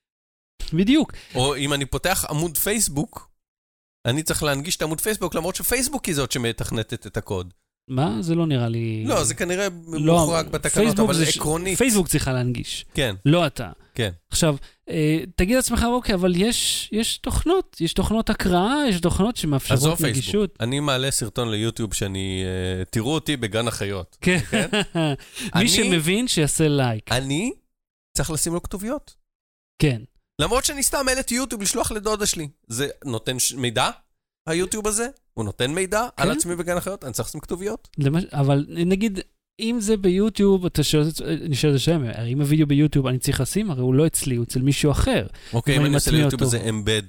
בדיוק. או אם אני פותח עמוד פייסבוק, אני צריך להנגיש את עמוד פייסבוק, למרות שפייסבוק היא זאת שמתכנתת את הקוד. מה? זה לא נראה לי... לא, זה כנראה מוחרג בתקנות, אבל עקרונית. פייסבוק צריכה להנגיש. כן. לא אתה. כן. עכשיו, תגיד לעצמך, אוקיי, אבל יש תוכנות הקראה, יש תוכנות שמאפשרות נגישות. אני מעלה סרטון ליוטיוב שאני... תראו אותי בגן החיות. כן. מי שמבין שיעשה לייק. אני צריך לשים לו כתוביות. כן. למרות שאני סתם העליתי יוטיוב לשלוח לדודה שלי. זה נותן מידע? היוטיוב הזה? הוא נותן מידע על עצמי בגן החיות? אני צריך לשים כתוביות? אבל נגיד, אם זה ביוטיוב, אני שואל את השם, אם הווידאו ביוטיוב אני צריך לשים, הרי הוא לא אצלי, הוא אצל מישהו אחר. אוקיי, אם אני עושה ליוטיוב הזה אמבד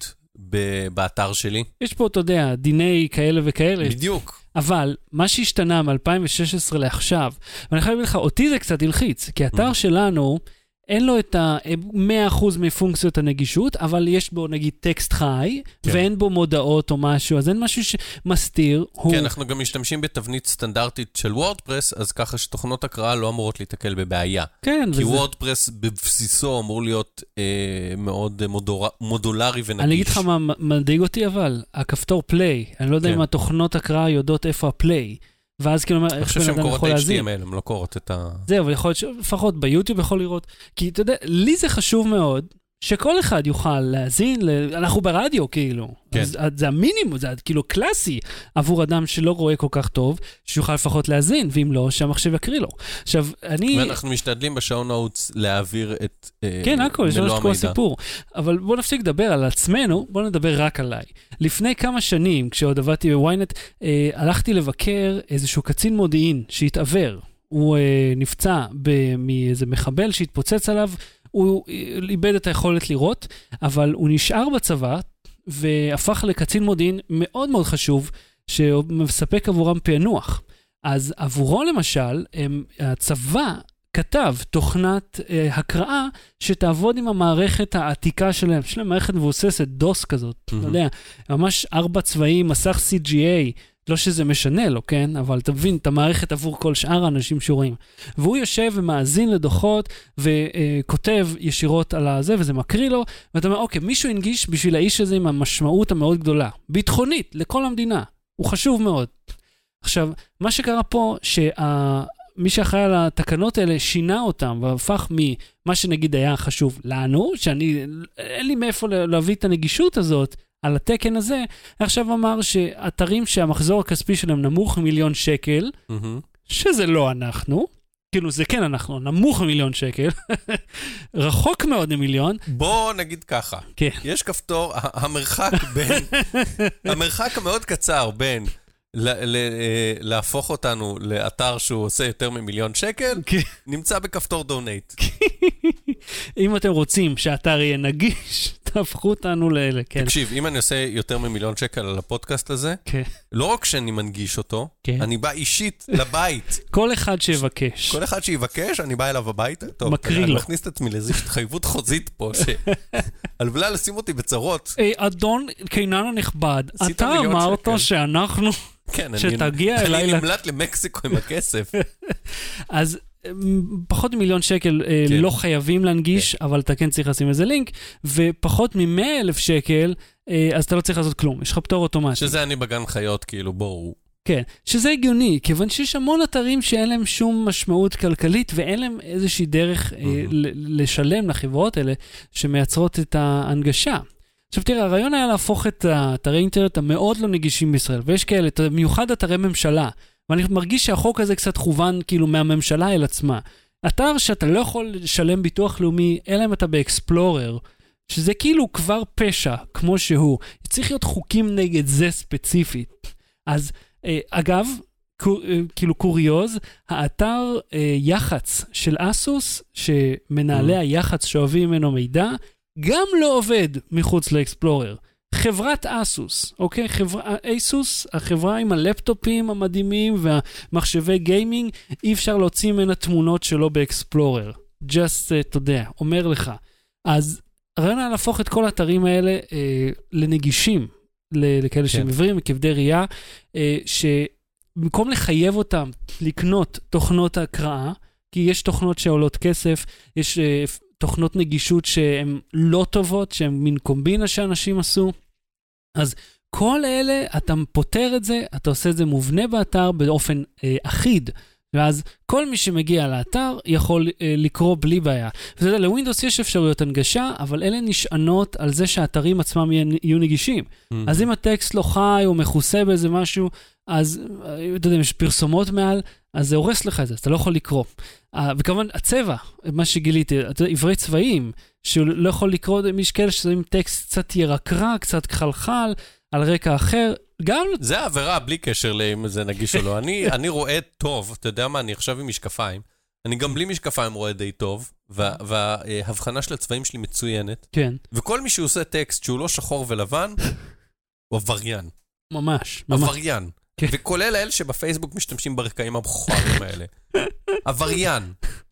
באתר שלי. יש פה, אתה יודע, דיני כאלה וכאלה. בדיוק. אבל מה שהשתנה מ-2016 לעכשיו, ואני חייב להגיד לך, אותי זה קצת הלחיץ, כי האתר שלנו, אין לו את ה-100% מפונקציות הנגישות, אבל יש בו נגיד טקסט חי, ואין בו מודעות או משהו, אז אין משהו שמסתיר. כן, אנחנו גם משתמשים בתבנית סטנדרטית של וורדפרס, אז ככה שתוכנות הקראה לא אמורות להתקל בבעיה. כן. כי וורדפרס בבסיסו אמור להיות מאוד מודולרי ונגיש. אני אגיד לך מה מדאיג אותי אבל, הכפתור פליי, אני לא יודע אם התוכנות הקראה יודעות איפה הפליי. ואז כאילו, אני חושב שהן קורות HTML, הן לא קורות את ה... זהו, אבל יכול להיות שלפחות ביוטיוב יכול לראות, כי אתה יודע, לי זה חשוב מאוד, שכל אחד יוכל להזין, אנחנו ברדיו כאילו, זה המינימום, זה כאילו קלאסי, עבור אדם שלא רואה כל כך טוב, שיוכל לפחות להזין, ואם לא, שהמחשב יקריא לו. עכשיו, ואנחנו משתדלים בשעון נאוטס להעביר את כן, הכל, יש לנו את כל הסיפור. אבל בוא נפסיק לדבר על עצמנו, בוא נדבר רק עליי. לפני כמה שנים, כשעוד עבדתי בוויינט, הלכתי לבקר איזשהו קצין מודיעין שהתעבר. הוא נפצע מאיזה מחבל שהתפוצץ עליו, הוא איבד את היכולת לראות, אבל הוא נשאר בצבא, והפך לקצין מודיעין מאוד מאוד חשוב, שמספק עבורם פענוח. אז עבורו למשל, הצבא כתב תוכנת הקראה, שתעבוד עם המערכת העתיקה שלהם, יש להם מערכת מבוססת דוס כזאת, אתה יודע, ממש 4 צבעים, מסך CGA, לא שזה משנה לו, כן? אבל תבין, אתה מערכת עבור כל שאר האנשים שרואים. והוא יושב ומאזין לדוחות, וכותב ישירות על הזה, וזה מקריא לו, ואתה אומר, אוקיי, מישהו הנגיש בשביל האיש הזה עם המשמעות המאוד גדולה, ביטחונית, לכל המדינה. הוא חשוב מאוד. עכשיו, מה שקרה פה, מי שאחראי על התקנות האלה שינה אותם, והפך ממה שנגיד היה חשוב לנו, אין לי מאיפה להביא את הנגישות הזאת, על התקן הזה, עכשיו אמר שאתרים שהמחזור הכספי שלהם נמוך $1,000,000, שזה לא אנחנו, כאילו זה כן אנחנו, נמוך $1,000,000, רחוק מאוד מ1,000,000. בוא נגיד ככה, כן. יש כפתור, המרחק המאוד קצר בין להפוך אותנו לאתר שהוא עושה יותר מ1,000,000 ₪, נמצא בכפתור דונייט. אם אתם רוצים שהאתר יהיה נגיש, תהפכו אותנו לאלה, כן. תקשיב, אם אני עושה יותר מ1,000,000 ₪ על הפודקאסט הזה, לא רק שאני מנגיש אותו, אני בא אישית לבית. כל אחד שיבקש. כל אחד שיבקש, אני בא אליו הביתה. טוב, אני מכניס את עצמי לאיזו התחייבות חוזית פה, שעלולה לשים אותי בצרות. אדון קינן הנכבד, אתה אמרת שאנחנו... כן, שתגיע אליי... אני נמלט למקסיקו עם הכסף. אז פחות מ1,000,000 ₪ לא חייבים להנגיש, אבל אתה כן צריך לשים איזה לינק, ופחות מ100,000 ₪, אז אתה לא צריך לעשות כלום, יש לך פטור אוטומטי. שזה אני בגן חיות, כאילו, בואו. כן, שזה הגיוני, כיוון שיש המון אתרים שאין להם שום משמעות כלכלית, ואין להם איזושהי דרך לשלם לחברות האלה, שמייצרות את ההנגשה. עכשיו תראה, הרעיון היה להפוך את אתרי אינטרנט המאוד לא נגישים בישראל, ויש כאלה, מיוחד אתרי ממשלה, ואני מרגיש שהחוק הזה קצת חוון כאילו מהממשלה אל עצמה. אתר שאתה לא יכול לשלם ביטוח לאומי, אלא אם אתה באקספלורר, שזה כאילו כבר פשע, כמו שהוא. צריך להיות חוקים נגד זה ספציפית. אז אגב, כאילו קוריוז, האתר יח"צ של אסוס, שמנהלי היח"צ שאוהבים ממנו מידע, גם לא עובד מחוץ לאקספלורר. חברת אסוס, אוקיי? אסוס, החברה עם הלפטופים המדהימים והמחשבי גיימינג, אי אפשר להוציא ממנה תמונות שלו באקספלורר. Just, אתה יודע, אומר לך. אז הרעיון היה להפוך את כל האתרים האלה לנגישים, לכאלה שהם עיוורים, כבדי ראייה, שבמקום לחייב אותם לקנות תוכנות ההקראה, כי יש תוכנות שעולות כסף, יש תוכנות נגישות שהן לא טובות, שהן מין קומבינה שאנשים עשו. אז כל אלה, אתה פותר את זה, אתה עושה את זה מובנה באתר באופן אחיד, ואז כל מי שמגיע לאתר יכול לקרוא בלי בעיה. ואתה יודע, לווינדוס יש אפשרויות הנגשה, אבל אלה נשענות על זה שהאתרים עצמם יהיו נגישים. אז אם הטקסט לא חי או מכוסה באיזה משהו, אז אתה יודע, יש פרסומות מעל, אז זה הורס לך את זה, אז אתה לא יכול לקרוא. וכמובן, הצבע, מה שגיליתי, עברי צבעים, שהוא לא יכול לקרוא, יש כאלה ששמים טקסט קצת ירקרק, קצת חלחל, על רקע אחר, גם... זה העבירה בלי קשר לאם זה נגיש או לא. אני רואה טוב, אתה יודע מה, אני עכשיו עם משקפיים, אני גם בלי משקפיים רואה די טוב, וההבחנה של הצבעים שלי מצוינת. כן. וכל מי שעושה טקסט שהוא לא שחור ולבן, הוא עבריין. ממש. עבריין. וכולל אלה שבפייסבוק משתמשים ברקעים המכוערים האלה. עבריין.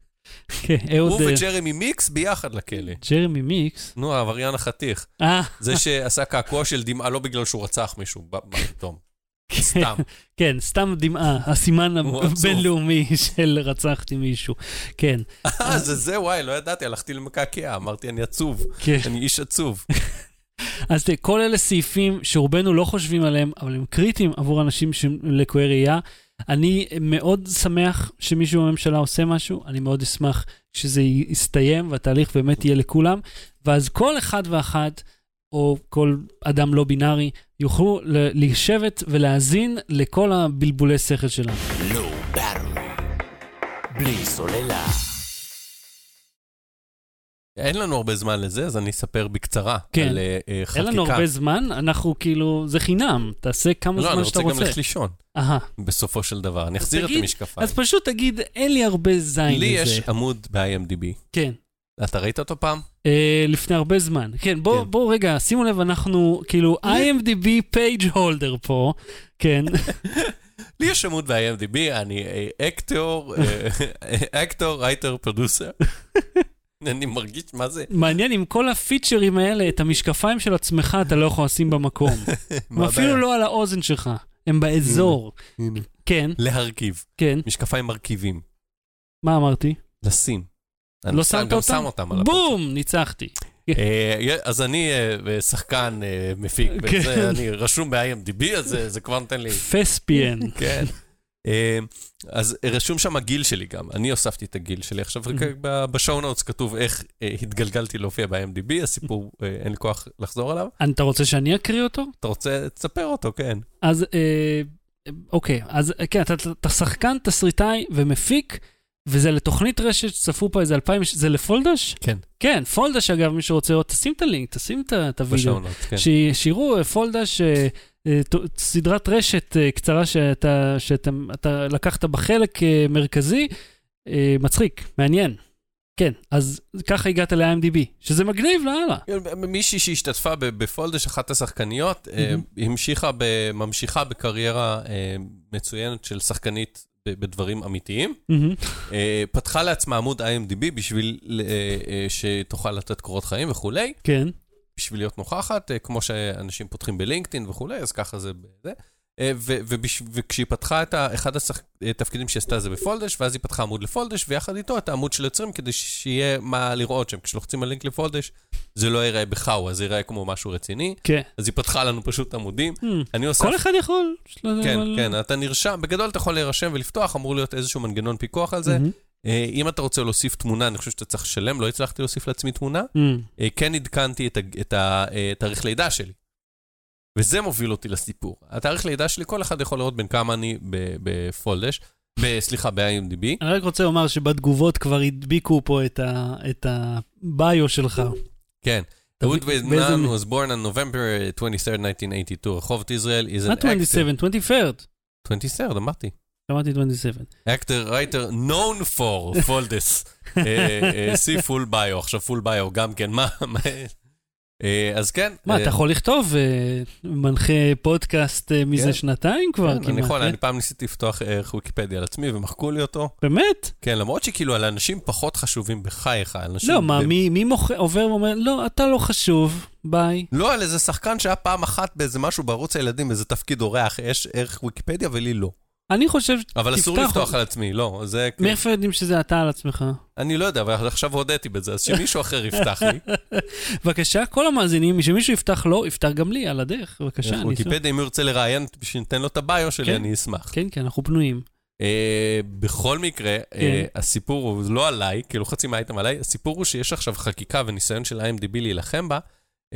הוא וג'רמי מיקס ביחד לכלא. ג'רמי מיקס? נו, העבריין החתיך. זה שעשה קעקוע של דמעה, לא בגלל שהוא רצח מישהו, פתאום. סתם. כן, סתם דמעה, הסימן הבינלאומי של רצחתי מישהו. כן. זה וואי, לא ידעתי, הלכתי למקעקע, אמרתי, אני עצוב. אני איש עצוב. אז כל אלה סעיפים שרובנו לא חושבים עליהם, אבל הם קריטיים עבור אנשים לקויי ראייה. אני מאוד שמח שמישהו בממשלה עושה משהו, אני מאוד אשמח שזה יסתיים והתהליך באמת יהיה לכולם, ואז כל אחד ואחת, או כל אדם לא בינארי, יוכלו לשבת ולהזין לכל הבלבולי שכל שלנו. Low battery, בלי סוללה. אין לנו הרבה זמן לזה, אז אני אספר בקצרה על חקיקה. אין לנו הרבה זמן, אנחנו כאילו, זה חינם, תעשה כמה זמן שאתה רוצה. לא, אני רוצה גם ללכת לישון, בסופו של דבר. אני אחזיר את המשקפיים. אז פשוט תגיד, אין לי הרבה זין לזה. לי יש עמוד ב-IMDb. כן. אתה ראית אותו פעם? לפני הרבה זמן. כן, בואו רגע, שימו לב, אנחנו כאילו IMDb page holder פה, כן. לי יש עמוד ב-IMDb, אני אקטור, רייטר, פרודוסר. אני מרגיש מה זה. מעניין, עם כל הפיצ'רים האלה, את המשקפיים של עצמך אתה לא יכול לשים במקום. ואפילו לא על האוזן שלך. הם באזור. כן. להרכיב. כן. משקפיים מרכיבים. מה אמרתי? לשים. לא שמת אותם? שם אותם על בום, ניצחתי. אז אני שחקן מפיק, אני רשום ב-IMDb, אז זה כבר נותן לי... פספיאן. כן. אז רשום שם הגיל שלי גם, אני הוספתי את הגיל שלי, עכשיו בשואו נוטס כתוב איך התגלגלתי להופיע ב-IMDb, הסיפור אין לי כוח לחזור עליו. אתה רוצה שאני אקריא אותו? אתה רוצה, תספר אותו, כן. אז, אוקיי, אז כן, אתה שחקן, תסריטאי ומפיק, וזה לתוכנית רשת שצפו פה איזה 2000, זה לפולדש? כן. כן, פולדש אגב, מי שרוצה לראות, תשים את הלינק, תשים את הוידאו. בשואו נוטס, כן. שיראו פולדש, סדרת רשת קצרה שאתה לקחת בחלק מרכזי, מצחיק, מעניין. כן, אז ככה הגעת ל-IMDb, שזה מגניב, לאללה. מישהי שהשתתפה בפולדש, אחת השחקניות, ממשיכה בקריירה מצוינת של שחקנית בדברים אמיתיים, פתחה לעצמה עמוד IMDb בשביל שתוכל לתת קורות חיים וכולי. כן. בשביל להיות נוכחת, כמו שאנשים פותחים בלינקדאין וכולי, אז ככה זה בזה. וכשהיא פתחה את אחד התפקידים שעשתה זה בפולדש, ואז היא פתחה עמוד לפולדש, ויחד איתו את העמוד של יוצרים, כדי שיהיה מה לראות שם. כשלוחצים על לינק לפולדש, זה לא ייראה בחאו, אז זה ייראה כמו משהו רציני. כן. אז היא פתחה לנו פשוט עמודים. כל אחד יכול. כן, כן, אתה נרשם, בגדול אתה יכול להירשם ולפתוח, אמור להיות איזשהו מנגנון פיקוח על זה. אם אתה רוצה להוסיף תמונה, אני חושב שאתה צריך לשלם, לא הצלחתי להוסיף לעצמי תמונה. כן עדכנתי את התאריך לידה שלי. וזה מוביל אותי לסיפור. התאריך לידה שלי, כל אחד יכול לראות בין כמה אני בפולדש, סליחה, ב-IMDb. אני רק רוצה לומר שבתגובות כבר הדביקו פה את הביו שלך. כן. Dawood Weizmann was born on November 23rd, 1982. רחובות ישראל is an actor. not 27, 23rd. 23rd, אמרתי. אמרתי 27. Actor, writer, known for Foldes. See full bio, עכשיו full bio גם כן, מה? אז כן. מה, אתה יכול לכתוב מנחה פודקאסט מזה שנתיים כבר? כן, אני יכול, אני פעם ניסיתי לפתוח ערך ויקיפדיה על עצמי ומחקו לי אותו. באמת? כן, למרות שכאילו על אנשים פחות חשובים בחייך. לא, מה, מי עובר ואומר, לא, אתה לא חשוב, ביי. לא, על איזה שחקן שהיה פעם אחת באיזה משהו בערוץ הילדים, איזה תפקיד אורח, יש ערך ויקיפדיה ולי לא. אני חושב... אבל אסור לפתוח על עצמי, לא. מאיפה יודעים שזה אתה על עצמך? אני לא יודע, אבל עכשיו הודיתי בזה, אז שמישהו אחר יפתח לי. בבקשה, כל המאזינים, שמישהו יפתח לו, יפתח גם לי על הדרך. בבקשה, אני אשמח. ויקיפדיה, אם הוא ירצה לראיין, שניתן לו את הביו שלי, אני אשמח. כן, כן, אנחנו פנויים. בכל מקרה, הסיפור הוא לא עליי, כאילו חצי מהייתם עליי, הסיפור הוא שיש עכשיו חקיקה וניסיון של IMDb להילחם בה,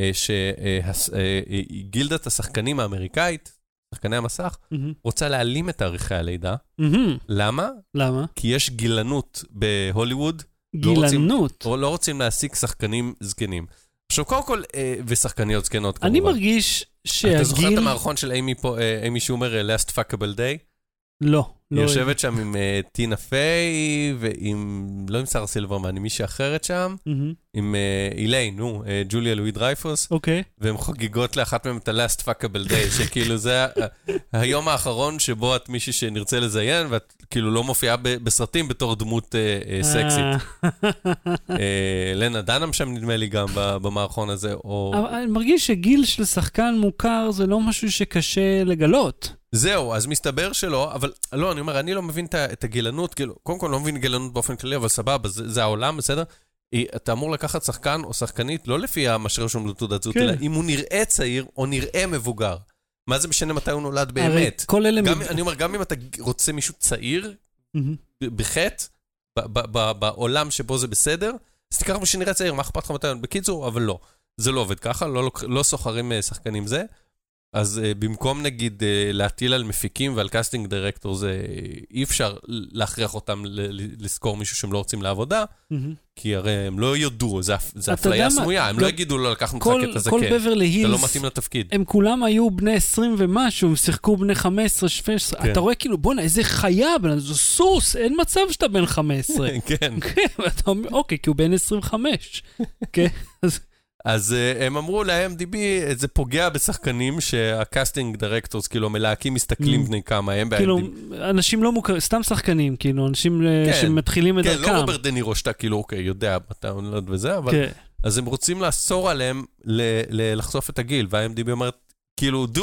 שגילדת השחקנים האמריקאית, שחקני המסך, רוצה להעלים את תאריכי הלידה. למה? למה? כי יש גילנות בהוליווד. גילנות? לא רוצים להשיג שחקנים זקנים. עכשיו, קודם כל, ושחקניות זקנות כמובן. אני מרגיש שהגיל... אתה זוכר את המערכון של אימי שומר, Last Fuckable Day? לא. היא יושבת שם עם טינה פיי, ועם, לא עם שר סילברמן, עם מישהי אחרת שם, עם איליין, ג'וליה לואי דרייפוס, והן חגיגות לאחת מהם את ה-Last Fuckable Day, שכאילו זה היום האחרון שבו את מישהי שנרצה לזיין, ואת כאילו לא מופיעה בסרטים בתור דמות סקסית. לנה דנם שם נדמה לי גם במערכון הזה. אני מרגיש שגיל של שחקן מוכר זה לא משהו שקשה לגלות. זהו, אז מסתבר שלא, אבל לא, אני אומר, אני לא מבין את הגילנות, כאילו, קודם כל לא מבין גילנות באופן כללי, אבל סבבה, זה העולם, בסדר? אתה אמור לקחת שחקן או שחקנית, לא לפי מה שרשום לתעודת זהות, אלא אם הוא נראה צעיר או נראה מבוגר. מה זה משנה מתי הוא נולד באמת? אני אומר, גם אם אתה רוצה מישהו צעיר, בחטא, בעולם שבו זה בסדר, אז תיקח מי שנראה צעיר, מה אכפת לך מתי? בקיצור, אבל לא. זה לא עובד ככה, לא סוחרים שחקנים זה. אז במקום נגיד להטיל על מפיקים ועל קאסטינג דירקטור, זה אי אפשר להכריח אותם לזכור מישהו שהם לא רוצים לעבודה, כי הרי הם לא יודו, זה אפליה סמויה, הם לא יגידו לו לקחנו לך קטע זה כן, אתה לא מתאים לתפקיד. הם כולם היו בני 20 ומשהו, הם שיחקו בני 15, 17, אתה רואה כאילו, בונה, איזה חיה, זה סוס, אין מצב שאתה בן 15. כן. ואתה אומר, אוקיי, כי הוא בן 25. כן, אז הם אמרו ל-IMDb, זה פוגע בשחקנים שהקאסטינג דירקטורס, כאילו המלהקים מסתכלים בני כמה הם כאילו, אנשים לא מוכרים, סתם שחקנים, כאילו, אנשים שמתחילים את דרכם. כן, לא רוברט דנירו שאתה כאילו, אוקיי, יודע מתי הוא נולד וזה, אבל... אז הם רוצים לאסור עליהם לחשוף את הגיל, וה-IMDb אומרת, כאילו, דוד,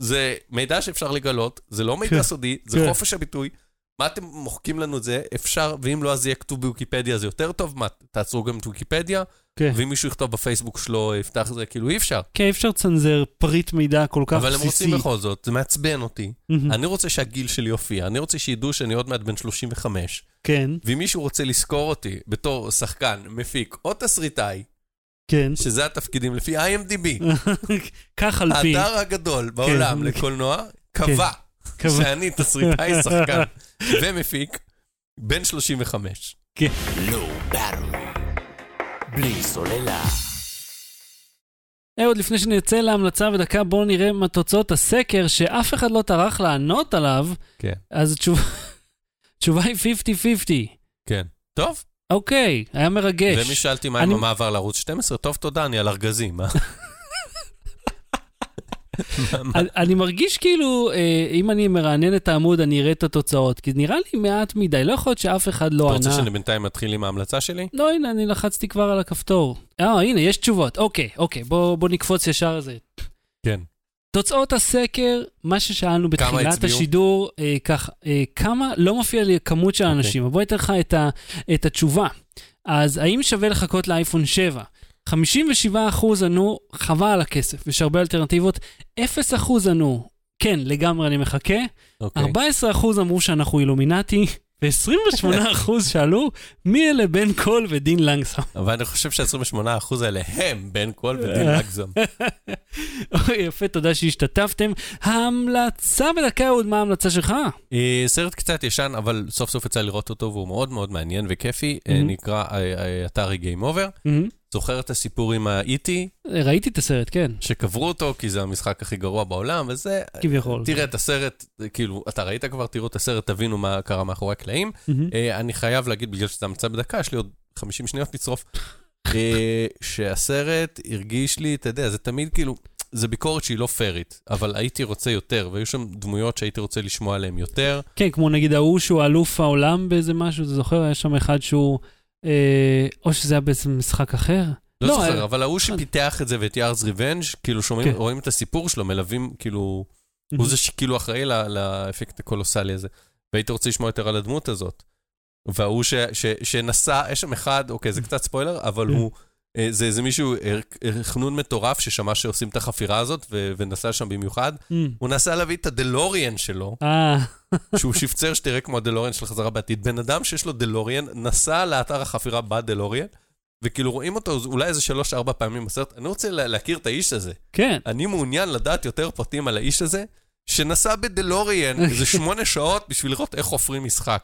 זה מידע שאפשר לגלות, זה לא מידע סודי, זה חופש הביטוי. מה אתם מוחקים לנו את זה? אפשר, ואם לא, אז יהיה כתוב בוויקיפדיה, זה יותר טוב. מה, תעצרו גם את ויקיפדיה? ואם מישהו יכתוב בפייסבוק שלו, יפתח זה, כאילו אי אפשר. כן, אפשר צנזר פריט מידע כל כך בסיסי. אבל הם רוצים בכל זאת, זה מעצבן אותי. אני רוצה שהגיל שלי יופיע, אני רוצה שידעו שאני עוד מעט בן 35. כן. ואם מישהו רוצה לזכור אותי בתור שחקן, מפיק, או תסריטאי, כן. שזה התפקידים לפי IMDb. כך על פי. האתר הגדול בעולם לקולנוע, קבע שאני תסריטאי, שחקן ומפיק, בן 35. כן. Low Battery. בלי סוללה. עוד לפני שנצא להמלצה בדקה, בואו נראה מה תוצאות הסקר, שאף אחד לא טרח לענות עליו. כן. אז התשובה היא 50-50. כן. טוב. אוקיי, היה מרגש. ומי שאלתי מה עם המעבר לערוץ 12, טוב תודה, אני על ארגזים. אני מרגיש כאילו, אם אני מרענן את העמוד, אני אראה את התוצאות, כי נראה לי מעט מדי, לא יכול להיות שאף אחד לא ענה. אתה רוצה שאני בינתיים מתחיל עם ההמלצה שלי? לא, הנה, אני לחצתי כבר על הכפתור. הנה, יש תשובות. אוקיי, בוא נקפוץ ישר על זה. כן. תוצאות הסקר, מה ששאלנו בתחילת השידור, כמה, לא מופיע לי כמות של אנשים, אבל בוא ניתן לך את התשובה. אז האם שווה לחכות לאייפון 7? 57% ענו, חבל על הכסף, יש הרבה אלטרנטיבות. 0% ענו, כן, לגמרי אני מחכה. 14% אמרו שאנחנו אילומינטי, ו-28% שאלו, מי אלה בן קול ודין לנגסום? אבל אני חושב ש-28% האלה הם בן קול ודין לנגסום. יפה, תודה שהשתתפתם. ההמלצה בדקה, עוד מה ההמלצה שלך? סרט קצת ישן, אבל סוף סוף יצא לראות אותו, והוא מאוד מאוד מעניין וכיפי, נקרא אתרי Game Over. זוכר את הסיפור עם ה-E.T? ראיתי את הסרט, כן. שקברו אותו, כי זה המשחק הכי גרוע בעולם, וזה... כביכול. תראה את הסרט, כאילו, אתה ראית כבר, תראו את הסרט, תבינו מה קרה מאחורי הקלעים. אני חייב להגיד, בגלל שזה המצא בדקה, יש לי עוד 50 שניות לצרוף, שהסרט הרגיש לי, אתה יודע, זה תמיד כאילו, זה ביקורת שהיא לא פיירית, אבל הייתי רוצה יותר, והיו שם דמויות שהייתי רוצה לשמוע עליהן יותר. כן, כמו נגיד ההוא שהוא אלוף העולם באיזה משהו, אתה זוכר, היה שם אחד שהוא... או שזה היה בעצם משחק אחר? לא זוכר, אבל ההוא שפיתח את זה ואת יארס ריבנג', כאילו רואים את הסיפור שלו, מלווים, כאילו, הוא זה שכאילו אחראי לאפקט הקולוסלי הזה. והייתי רוצה לשמוע יותר על הדמות הזאת. וההוא שנסע, יש שם אחד, אוקיי, זה קצת ספוילר, אבל הוא, זה איזה מישהו, חנון מטורף ששמע שעושים את החפירה הזאת, ונסע שם במיוחד. הוא נסע להביא את הדלוריאן שלו, שהוא שפצר שתראה כמו הדלוריאן של חזרה בעתיד. בן אדם שיש לו דלוריאן, נסע לאתר החפירה בדלוריאן, וכאילו רואים אותו אולי איזה 3-4 פעמים בסרט. אני רוצה להכיר את האיש הזה. כן. אני מעוניין לדעת יותר פרטים על האיש הזה, שנסע בדלוריאן איזה 8 שעות בשביל לראות איך חופרים משחק.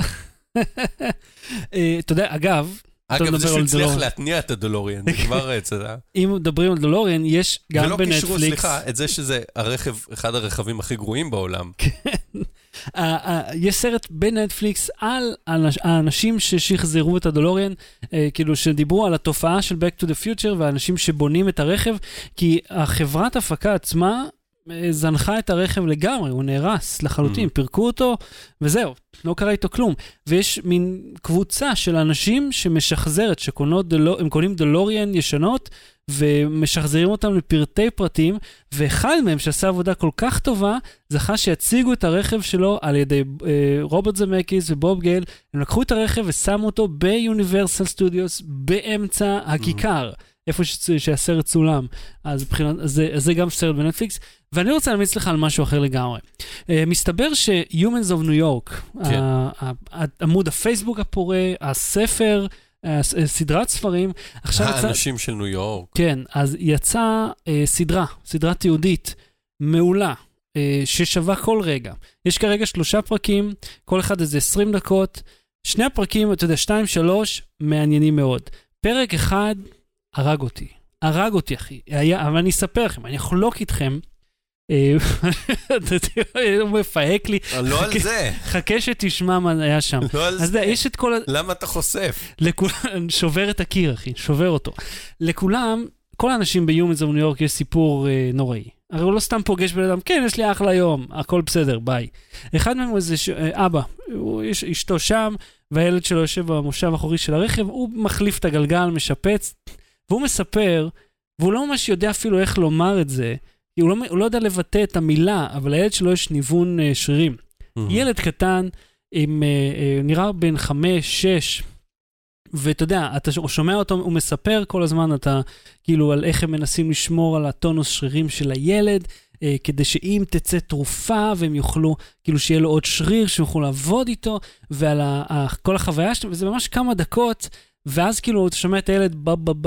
אתה יודע, אגב, זה שהצליח להתניע את הדלוריאן, זה כבר אצלה. אם מדברים על דלוריאן, יש גם בנטפליקס... ולא קישרו, סליחה, את זה שזה אחד הרכבים הכי גרועים בעולם. כן. יש סרט בנטפליקס על האנשים ששחזרו את הדלוריאן, כאילו שדיברו על התופעה של Back to the Future, והאנשים שבונים את הרכב, כי החברת הפקה עצמה זנחה את הרכב לגמרי, הוא נהרס לחלוטין, פירקו אותו, וזהו, לא קרה איתו כלום. ויש מין קבוצה של אנשים שמשחזרת, הם קונים דלוריאן ישנות, ומשחזרים אותם לפרטי פרטים, ואחד מהם שעשה עבודה כל כך טובה, זכה שיציגו את הרכב שלו על ידי רוברט זמקיס ובוב גייל, הם לקחו את הרכב ושמו אותו ביוניברסל סטודיוס, באמצע הכיכר. איפה שהסרט צולם. אז זה גם סרט בנטפליקס. ואני רוצה להמיץ לך על משהו אחר לגמרי. מסתבר ש-Humans of New York, עמוד הפייסבוק הפורה, הספר, סדרת ספרים, האנשים של ניו יורק. כן, אז יצא סדרה תיעודית, מעולה, ששווה כל רגע. יש כרגע 3 פרקים, כל אחד איזה 20 דקות, 2 הפרקים, אתה יודע, 2-3, מעניינים מאוד. פרק 1, הרג אותי, אחי. אבל אני אספר לכם, אני אחלוק איתכם, הוא מפהק לי. לא על זה. חכה שתשמע מה היה שם. לא על זה. יש את כל... למה אתה חושף? שובר את הקיר, אחי, שובר אותו. לכולם, כל האנשים ביומנס בניו יורק יש סיפור נוראי. הרי הוא לא סתם פוגש בן אדם, כן, יש לי אחלה יום, הכל בסדר, ביי. אחד מהם הוא איזה אבא, יש אשתו שם, והילד שלו יושב במושב האחורי של הרכב, הוא מחליף את הגלגל, משפץ, והוא מספר, והוא לא ממש יודע אפילו איך לומר את זה, הוא לא יודע לבטא את המילה, אבל הילד שלו יש ניוון שרירים. ילד קטן, נראה בין 5, 6, ואתה יודע, אתה שומע אותו, הוא מספר כל הזמן, אתה כאילו על איך הם מנסים לשמור על הטונוס שרירים של הילד, כדי שאם תצא תרופה, והם יוכלו, כאילו שיהיה לו עוד שריר, שיוכלו לעבוד איתו, ועל כל החוויה שלו, וזה ממש כמה דקות, ואז כאילו אתה שומע את הילד,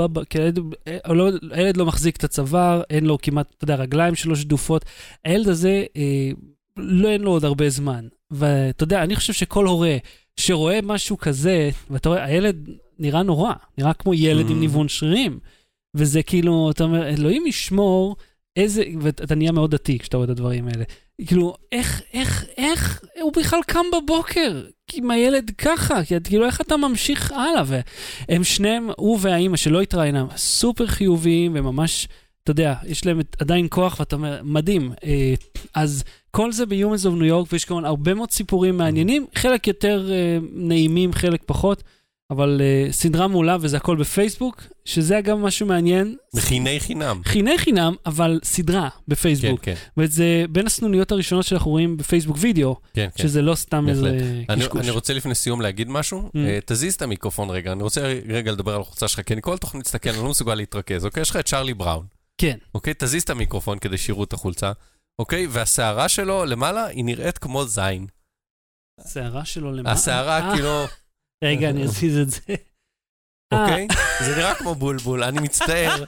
הילד לא מחזיק את הצוואר, אין לו כמעט, אתה יודע, רגליים שלו שדופות, הילד הזה אין לו עוד הרבה זמן, ואתה יודע, אני חושב שכל הורה שרואה משהו כזה, ואתה רואה, הילד נראה נורא, נראה כמו ילד עם ניוון שרירים, וזה כאילו, אתה אומר, אלוהים ישמור, ואתה נהיה מאוד דתי כשאתה רואה את הדברים האלה, כאילו, איך הוא בכלל קם בבוקר, עם הילד ככה, כאילו, איך אתה ממשיך הלאה, והם שניהם, הוא והאימא שלא התראינה, סופר חיוביים, וממש, אתה יודע, יש להם עדיין כוח, ואתה אומר, מדהים, אז כל זה ב-Humans of New York, ויש כמובן הרבה מאוד סיפורים מעניינים, חלק יותר נעימים, חלק פחות, אבל סדרה מעולה, וזה הכל בפייסבוק, שזה גם משהו מעניין. מחיני חינם. חיני חינם, אבל סדרה בפייסבוק. כן, כן. וזה בין הסנוניות הראשונות שאנחנו רואים בפייסבוק וידאו, כן, שזה לא סתם איזה קשקוש. אני רוצה לפני סיום להגיד משהו, תזיז את המיקרופון רגע, אני רוצה רגע לדבר על החוצה שלך, כי אני כל תוכנית להסתכל, אני לא מסוגל להתרכז, אוקיי? יש לך את צ'רלי בראון. כן. אוקיי? תזיז את המיקרופון כדי שיראו את החולצה, אוקיי? והשערה שלו למעלה, היא נראית כמו זין. השערה שלו למעלה? השערה כאילו... רגע, אני אזיז את זה. אוקיי? זה נראה כמו בולבול, אני מצטער.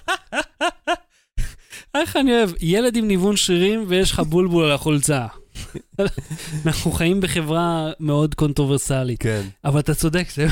איך אני אוהב, ילד עם ניוון שרירים ויש לך בולבול על החולצה. אנחנו חיים בחברה מאוד קונטרוברסלית. כן. אבל אתה צודק, זה...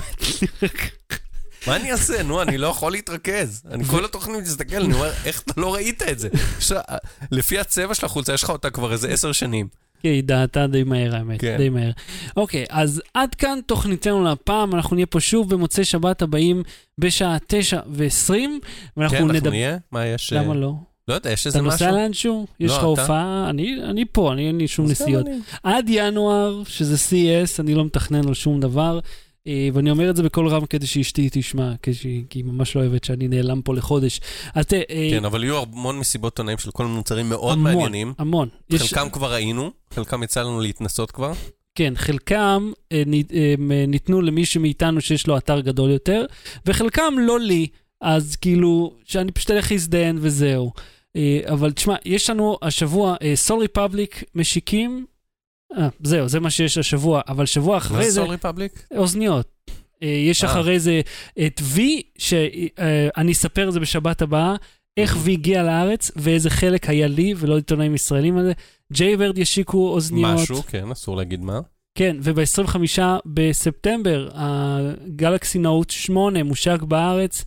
מה אני אעשה? נו, אני לא יכול להתרכז. אני כל התוכנית מסתכל, אני אומר, איך אתה לא ראית את זה? לפי הצבע של החולצה, יש לך אותה כבר איזה 10 שנים. כן, היא דעתה די מהר, האמת, די מהר. אוקיי, אז עד כאן תוכניתנו להפעם, אנחנו נהיה פה שוב במוצאי שבת הבאים בשעה 9:20, ואנחנו כן, אנחנו נהיה? מה יש? למה לא? לא יודע, יש איזה משהו? אתה משהו? נוסע לאנשהו? יש לך הופעה? אני פה, אין לי שום נסיעות. עד ינואר, שזה CES, אני לא מתכנן על שום דבר, ואני אומר את זה בכל רם כדי שאשתי תשמע, כי היא ממש לא אוהבת שאני נעלם פה לחודש. כן, אבל יהיו המון מסיבות עונאים של כל מיני מוצרים מאוד מעניינים. המון. חלקם כבר ראינו, חלקם יצא לנו להתנסות כבר. כן, חלקם ניתנו למישהו מאיתנו שיש לו אתר גדול יותר, וחלקם לא לי, אז כאילו, שאני פשוט אלך להזדהן וזהו. אבל תשמע, יש לנו השבוע, סול ריפבליק משיקים, זהו, זה מה שיש השבוע, אבל שבוע אחרי זה... מה סול ריפבליק? אוזניות. יש אחרי זה את וי, שאני אספר את זה בשבת הבאה, איך וי הגיע לארץ, ואיזה חלק היה לי, ולא עיתונאים ישראלים על זה. ג'ייברד ישיקו אוזניות. משהו, כן, אסור להגיד מה. כן, וב-25 בספטמבר, הגלקסי נוט 8 מושק בארץ,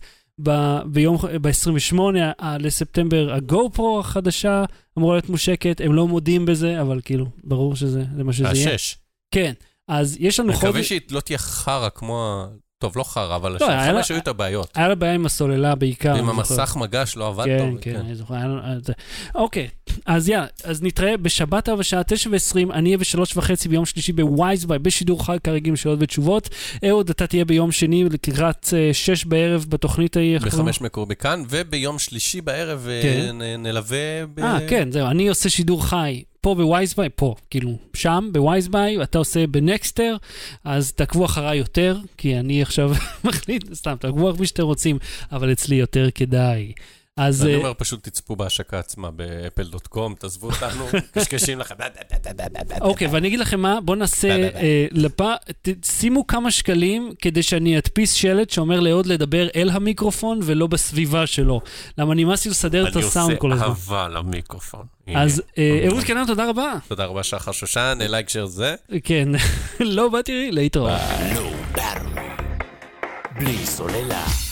ב-28 לספטמבר הגו פרו החדשה אמורה להיות מושקת, הם לא מודים בזה, אבל כאילו, ברור שזה מה שזה יהיה. 6. כן, אז יש לנו חודש... אני מקווה שהיא לא תהיה חרה כמו... טוב, לא חרה, אבל השם שהיו את הבעיות. היה לה בעיה עם הסוללה בעיקר. עם המסך מגש לא עבד טוב. כן, אני זוכר. אוקיי, אז נתראה בשבת בשעה 9:20, אני אהיה ב3:30 ביום שלישי בווייזביי, בשידור חי כרגיל שאלות ותשובות. אהוד, אתה תהיה ביום שני לקראת 6 בערב בתוכנית ההיא. ב5 מקור בכאן, וביום שלישי בערב נלווה כן, זהו, אני עושה שידור חי. פה בווייזביי, פה, כאילו, שם בווייזביי, אתה עושה בנקסטר, אז תעקבו אחריי יותר, כי אני עכשיו מחליט, סתם, תעקבו הרבה שאתם רוצים, אבל אצלי יותר כדאי. אז... אני אומר, פשוט תצפו בהשקה עצמה באפל.com, תעזבו אותנו, קשקשים לך. אוקיי, ואני אגיד לכם מה, בואו נעשה, שימו כמה שקלים, כדי שאני אדפיס שלט שאומר לעוד לדבר אל המיקרופון, ולא בסביבה שלו. למה נמאס לי לסדר את הסאונד כל הזמן. אני עושה אהבה למיקרופון. אז אהוד קנן, תודה רבה. תודה רבה שחר שושן, לייק שר זה. כן, לא באתי להתראות. בלי סוללה.